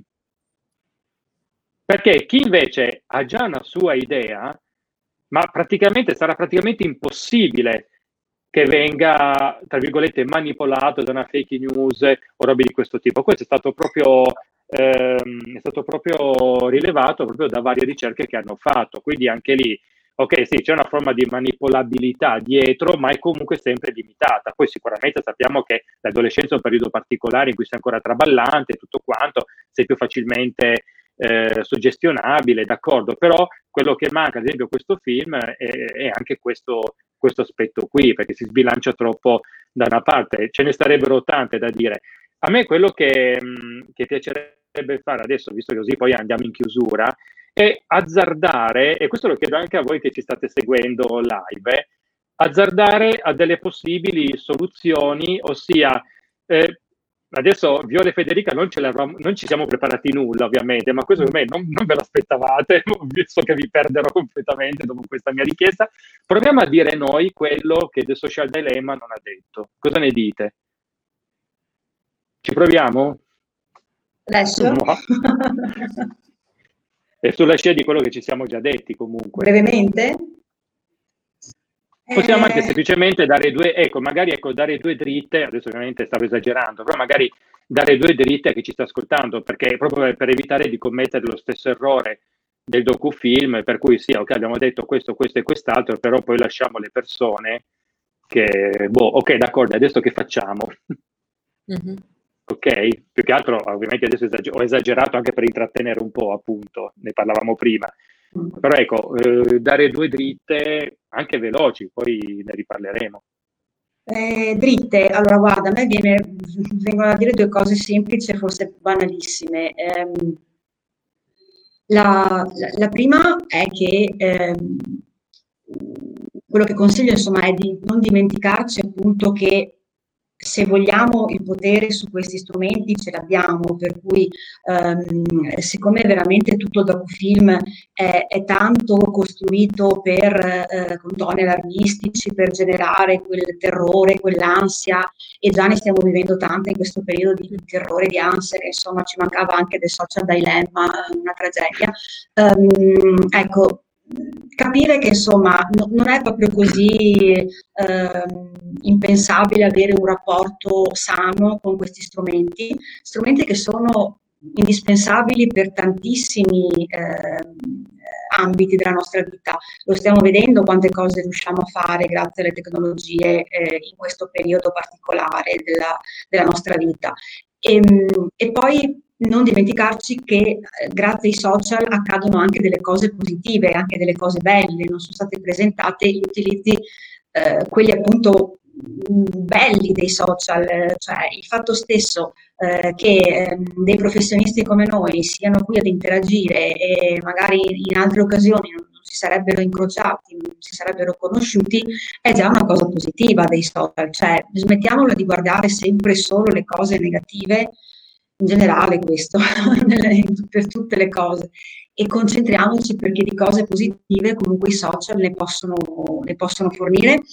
Perché chi invece ha già una sua idea, ma praticamente sarà praticamente impossibile che venga, tra virgolette, manipolato da una fake news o robe di questo tipo. Questo è stato proprio, ehm, è stato proprio rilevato proprio da varie ricerche che hanno fatto. Quindi anche lì, ok, sì, c'è una forma di manipolabilità dietro, ma è comunque sempre limitata. Poi sicuramente sappiamo che l'adolescenza è un periodo particolare in cui sei ancora traballante e tutto quanto, sei più facilmente eh, suggestionabile, d'accordo, però quello che manca, ad esempio, questo film è, è anche questo, questo aspetto qui, perché si sbilancia troppo da una parte. Ce ne sarebbero tante da dire. A me quello che, mh, che piacerebbe fare adesso, visto che così poi andiamo in chiusura, è azzardare, e questo lo chiedo anche a voi che ci state seguendo live, eh, azzardare a delle possibili soluzioni, ossia eh, adesso Viola e Federica non, ce non ci siamo preparati nulla ovviamente, ma questo per me non, non ve lo aspettavate, so che vi perderò completamente dopo questa mia richiesta. Proviamo a dire noi quello che The Social Dilemma non ha detto. Cosa ne dite? Ci proviamo? Adesso? No. E sulla scia di quello che ci siamo già detti comunque. Brevemente? Possiamo Eh... anche semplicemente dare due, ecco, magari ecco, dare due dritte, adesso ovviamente stavo esagerando, però magari dare due dritte a chi ci sta ascoltando, perché proprio per evitare di commettere lo stesso errore del docufilm, per cui sì, ok, abbiamo detto questo, questo e quest'altro, però poi lasciamo le persone che, boh, ok, d'accordo, adesso che facciamo? Mm-hmm. Ok? Più che altro, ovviamente adesso esager- ho esagerato anche per intrattenere un po', appunto, ne parlavamo prima. Però ecco, eh, dare due dritte anche veloci, poi ne riparleremo. Eh, dritte, allora guarda, a me viene, vengono a dire due cose semplici e forse banalissime. Eh, la, la, la prima è che eh, quello che consiglio insomma è di non dimenticarci appunto che se vogliamo il potere su questi strumenti ce l'abbiamo, per cui ehm, siccome veramente tutto il docufilm è, è tanto costruito per eh, con toni allarmistici, per generare quel terrore, quell'ansia, e già ne stiamo vivendo tante in questo periodo di terrore, di ansia, che insomma ci mancava anche del social dilemma, una tragedia. Um, ecco, capire che insomma no, non è proprio così eh, impensabile avere un rapporto sano con questi strumenti, strumenti che sono indispensabili per tantissimi eh, ambiti della nostra vita. Lo stiamo vedendo quante cose riusciamo a fare grazie alle tecnologie eh, in questo periodo particolare della, della nostra vita. E, e poi non dimenticarci che eh, grazie ai social accadono anche delle cose positive, anche delle cose belle, non sono state presentate gli utilizzi, eh, quelli appunto belli dei social, cioè il fatto stesso eh, che eh, dei professionisti come noi siano qui ad interagire e magari in altre occasioni non, non si sarebbero incrociati, non si sarebbero conosciuti, è già una cosa positiva dei social, cioè smettiamola di guardare sempre solo le cose negative, in generale questo, per tutte le cose, e concentriamoci perché di cose positive comunque i social ne possono, ne possono fornire,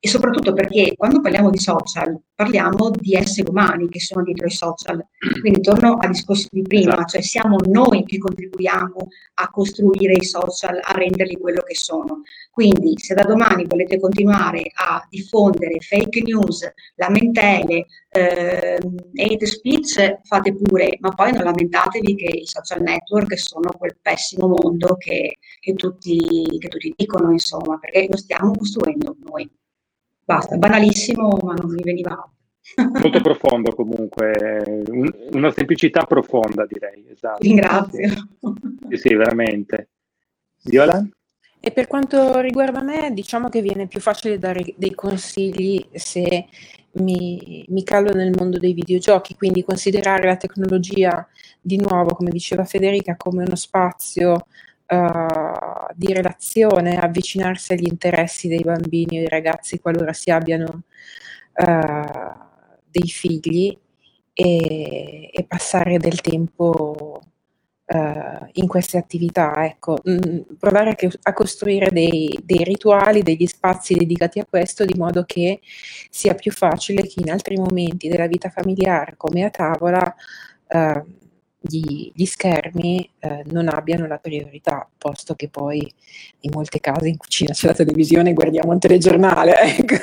e soprattutto perché quando parliamo di social parliamo di esseri umani che sono dietro i social. Quindi torno al discorso di prima, Esatto. cioè siamo noi che contribuiamo a costruire i social, a renderli quello che sono. Quindi se da domani volete continuare a diffondere fake news, lamentele, eh, hate speech, fate pure, ma poi non lamentatevi che i social network sono quel pessimo mondo che, che, tutti, che tutti dicono, insomma, perché lo stiamo costruendo noi. Basta, banalissimo, ma non mi veniva. Molto profondo comunque, un, una semplicità profonda direi, esatto. Ti ringrazio. Sì, sì, veramente. Viola? E per quanto riguarda me, diciamo che viene più facile dare dei consigli se mi, mi calo nel mondo dei videogiochi, quindi considerare la tecnologia di nuovo, come diceva Federica, come uno spazio uh, di relazione, avvicinarsi agli interessi dei bambini o dei ragazzi qualora si abbiano uh, dei figli e, e passare del tempo Uh, in queste attività, ecco, mh, provare a, che, a costruire dei, dei rituali, degli spazi dedicati a questo, di modo che sia più facile che in altri momenti della vita familiare, come a tavola, uh, gli, gli schermi uh, non abbiano la priorità, posto che poi in molti casi in cucina c'è la televisione e guardiamo un telegiornale, ecco.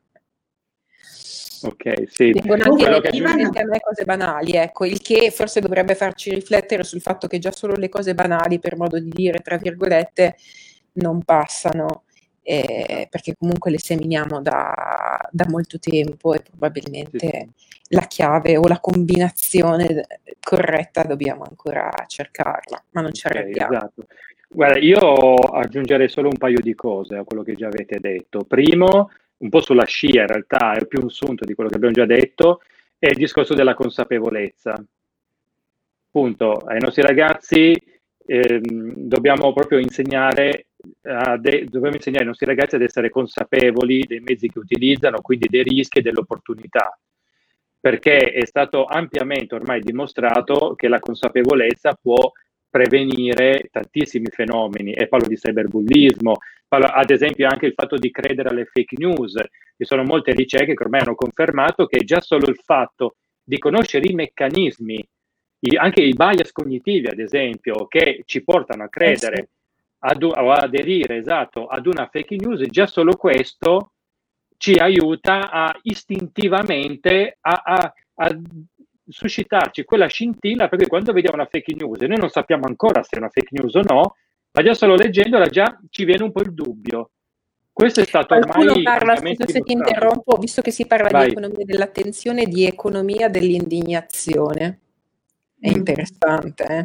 Ok, sì. Vengono anche relativamente a me cose banali, ecco, il che forse dovrebbe farci riflettere sul fatto che già solo le cose banali, per modo di dire, tra virgolette, non passano, eh, perché comunque le seminiamo da, da molto tempo e probabilmente sì, sì. La chiave o la combinazione corretta dobbiamo ancora cercarla, ma non ci okay, arrendiamo. Esatto. Guarda, io aggiungerei solo un paio di cose a quello che già avete detto. Primo, un po' sulla scia, in realtà è più un sunto di quello che abbiamo già detto, è il discorso della consapevolezza. Appunto, ai nostri ragazzi ehm, dobbiamo proprio insegnare, a de- dobbiamo insegnare ai nostri ragazzi ad essere consapevoli dei mezzi che utilizzano, quindi dei rischi e delle opportunità, perché è stato ampiamente ormai dimostrato che la consapevolezza può prevenire tantissimi fenomeni, e parlo di cyberbullismo, parlo ad esempio anche il fatto di credere alle fake news. Ci sono molte ricerche che ormai hanno confermato che già solo il fatto di conoscere i meccanismi, i, anche i bias cognitivi ad esempio, che ci portano a credere, eh sì. ad, o ad aderire, esatto, ad una fake news, già solo questo ci aiuta a istintivamente a, a, a suscitarci quella scintilla, perché quando vediamo una fake news e noi non sappiamo ancora se è una fake news o no, ma già solo leggendola già ci viene un po' il dubbio. Questo è stato Qualcuno ormai parla, scusa se ti interrompo, visto che si parla Vai. di economia dell'attenzione, di economia dell'indignazione. È Mm. interessante, eh?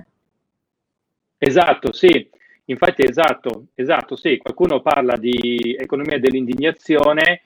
Esatto, sì. Infatti esatto, esatto, sì. Qualcuno parla di economia dell'indignazione.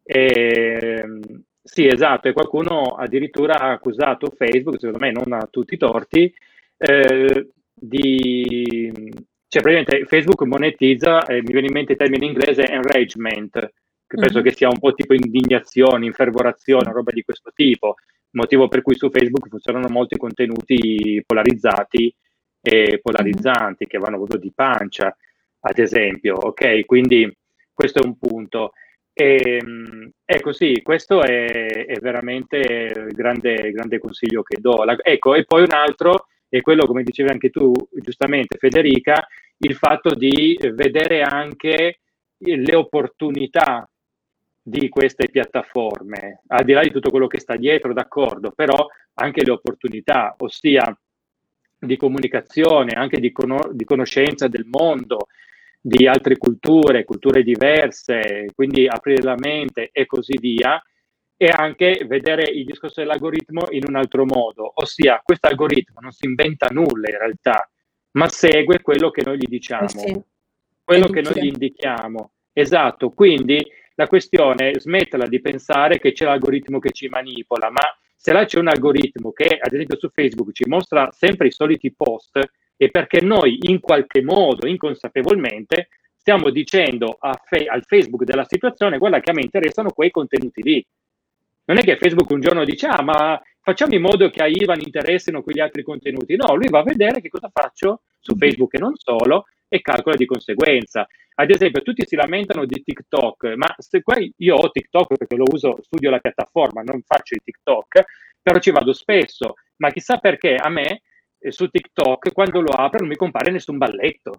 Eh, sì, esatto, e qualcuno addirittura ha accusato Facebook, secondo me non a tutti i torti, eh, di... cioè praticamente Facebook monetizza, eh, mi viene in mente il termine inglese enragement, che penso mm-hmm. che sia un po' tipo indignazione, infervorazione, roba di questo tipo, motivo per cui su Facebook funzionano molti contenuti polarizzati e polarizzanti, mm-hmm. che vanno proprio di pancia, ad esempio, ok? Quindi questo è un punto. E, ecco sì, questo è, è veramente il grande, grande consiglio che do. La, ecco, e poi un altro è quello, come dicevi anche tu giustamente Federica, il fatto di vedere anche le opportunità di queste piattaforme, al di là di tutto quello che sta dietro, d'accordo, però anche le opportunità, ossia di comunicazione, anche di, con- di conoscenza del mondo, di altre culture, culture diverse, quindi aprire la mente e così via, e anche vedere il discorso dell'algoritmo in un altro modo, ossia questo algoritmo non si inventa nulla in realtà, ma segue quello che noi gli diciamo, eh sì, quello che noi gli indichiamo. Esatto, quindi la questione è smetterla di pensare che c'è l'algoritmo che ci manipola, ma se là c'è un algoritmo che ad esempio su Facebook ci mostra sempre i soliti post, è perché noi in qualche modo, inconsapevolmente, stiamo dicendo a fe- al Facebook della situazione: guarda che a me interessano quei contenuti lì. Non è che Facebook un giorno dice: ah, ma facciamo in modo che a Ivan interessino quegli altri contenuti. No, lui va a vedere che cosa faccio su Facebook e non solo, e calcola di conseguenza. Ad esempio, tutti si lamentano di TikTok, ma se qua io ho TikTok perché lo uso, studio la piattaforma, non faccio i TikTok, però ci vado spesso, ma chissà perché a me eh, su TikTok quando lo apro non mi compare nessun balletto.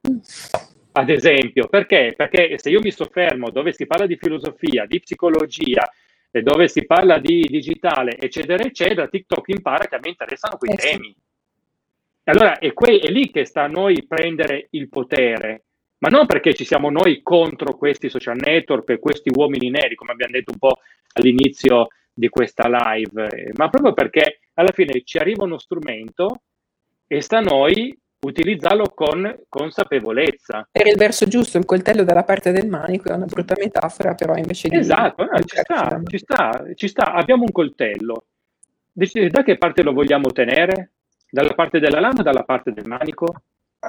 Ad esempio, perché? Perché se io mi soffermo dove si parla di filosofia, di psicologia, eh, dove si parla di digitale, eccetera, eccetera, TikTok impara che a me interessano quei Eh sì. temi. Allora è, que- è lì che sta a noi prendere il potere, ma non perché ci siamo noi contro questi social network e questi uomini neri, come abbiamo detto un po' all'inizio di questa live, eh, ma proprio perché alla fine ci arriva uno strumento e sta a noi utilizzarlo con consapevolezza. Per il verso giusto, il coltello dalla parte del manico è una brutta metafora, però invece di... Esatto, no, ci sta, ci sta, ci sta. Abbiamo un coltello. Decidi da che parte lo vogliamo tenere? Dalla parte della lama o dalla parte del manico?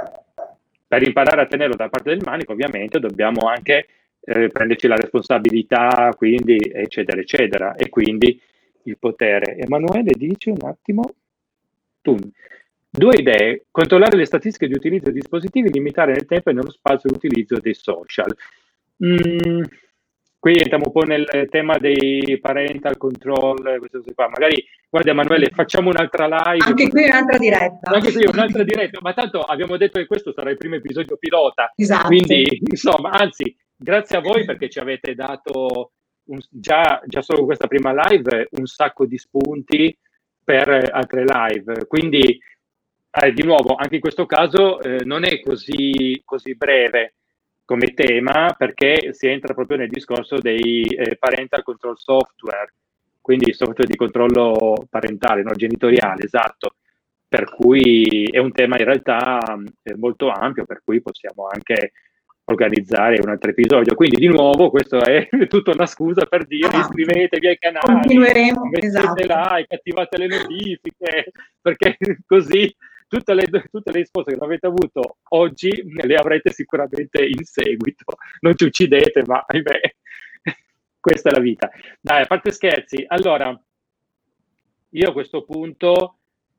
Per imparare a tenerlo dalla parte del manico, ovviamente, dobbiamo anche eh, prenderci la responsabilità, quindi, eccetera, eccetera, e quindi il potere. Emanuele, dici un attimo? Tu. Due idee: controllare le statistiche di utilizzo dei dispositivi, limitare nel tempo e nello spazio l'utilizzo dei social. Mm, qui entriamo un po' nel tema dei parental control, queste cose qua. Magari, guarda Emanuele, facciamo un'altra live. Anche qui un'altra diretta. Anche qui un'altra diretta, ma tanto abbiamo detto che questo sarà il primo episodio pilota. Esatto. Quindi, insomma, anzi, grazie a voi perché ci avete dato un, già, già solo questa prima live un sacco di spunti per altre live. Quindi, eh, di nuovo, anche in questo caso eh, non è così, così breve come tema, perché si entra proprio nel discorso dei eh, parental control software, quindi software di controllo parentale, no? Genitoriale, esatto, per cui è un tema in realtà eh, molto ampio, per cui possiamo anche organizzare un altro episodio. Quindi di nuovo questa è tutta una scusa per dire ah, iscrivetevi ai canali, continueremo, mettete esatto. like, attivate le notifiche, perché così tutte le, tutte le risposte che avete avuto oggi le avrete sicuramente in seguito. Non ci uccidete, ma ahimè, questa è la vita. Dai, a parte scherzi, allora io a questo punto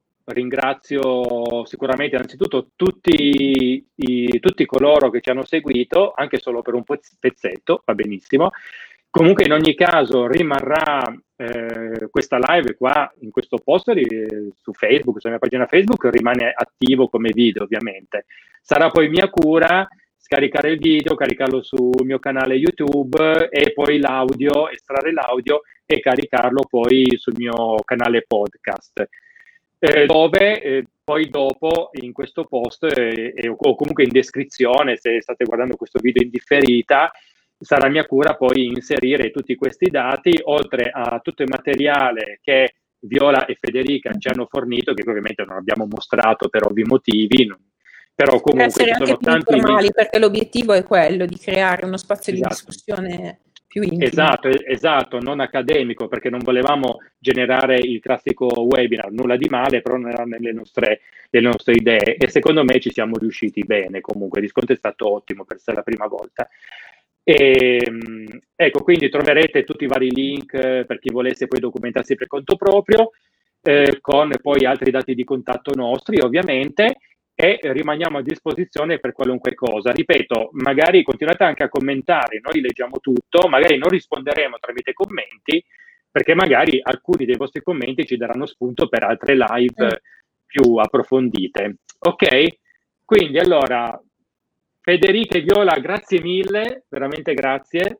ringrazio sicuramente innanzitutto tutti, i, tutti coloro che ci hanno seguito, anche solo per un pezzetto, va benissimo. Comunque in ogni caso rimarrà eh, questa live qua in questo post eh, su Facebook, sulla mia pagina Facebook, rimane attivo come video ovviamente. Sarà poi mia cura scaricare il video, caricarlo sul mio canale YouTube e poi l'audio, estrarre l'audio e caricarlo poi sul mio canale podcast. Eh, dove eh, poi dopo in questo post eh, eh, o comunque in descrizione, se state guardando questo video in differita, sarà mia cura poi inserire tutti questi dati, oltre a tutto il materiale che Viola e Federica ci hanno fornito, che ovviamente non abbiamo mostrato per ovvi motivi, non, però comunque essere ci sono anche più tanti informali, perché l'obiettivo è quello di creare uno spazio esatto. di discussione più intimo. Esatto, esatto, non accademico, perché non volevamo generare il classico webinar, nulla di male, però non erano nelle nostre, le nostre idee, e secondo me ci siamo riusciti bene comunque, il riscontro è stato ottimo per essere la prima volta. E, ecco, quindi troverete tutti i vari link eh, per chi volesse poi documentarsi per conto proprio, eh, con poi altri dati di contatto nostri ovviamente, e rimaniamo a disposizione per qualunque cosa. Ripeto, magari continuate anche a commentare, noi leggiamo tutto, magari non risponderemo tramite commenti, perché magari alcuni dei vostri commenti ci daranno spunto per altre live mm. più approfondite. Ok? Quindi allora, Federica e Viola, grazie mille, veramente grazie.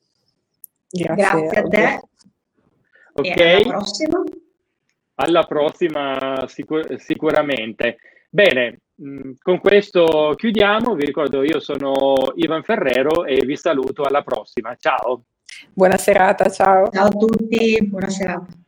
Grazie, grazie a te. Ok. E alla prossima. Alla prossima sicur- sicuramente. Bene, mh, con questo chiudiamo. Vi ricordo, io sono Ivan Ferrero e vi saluto alla prossima. Ciao. Buona serata, ciao. Ciao a tutti, buona serata.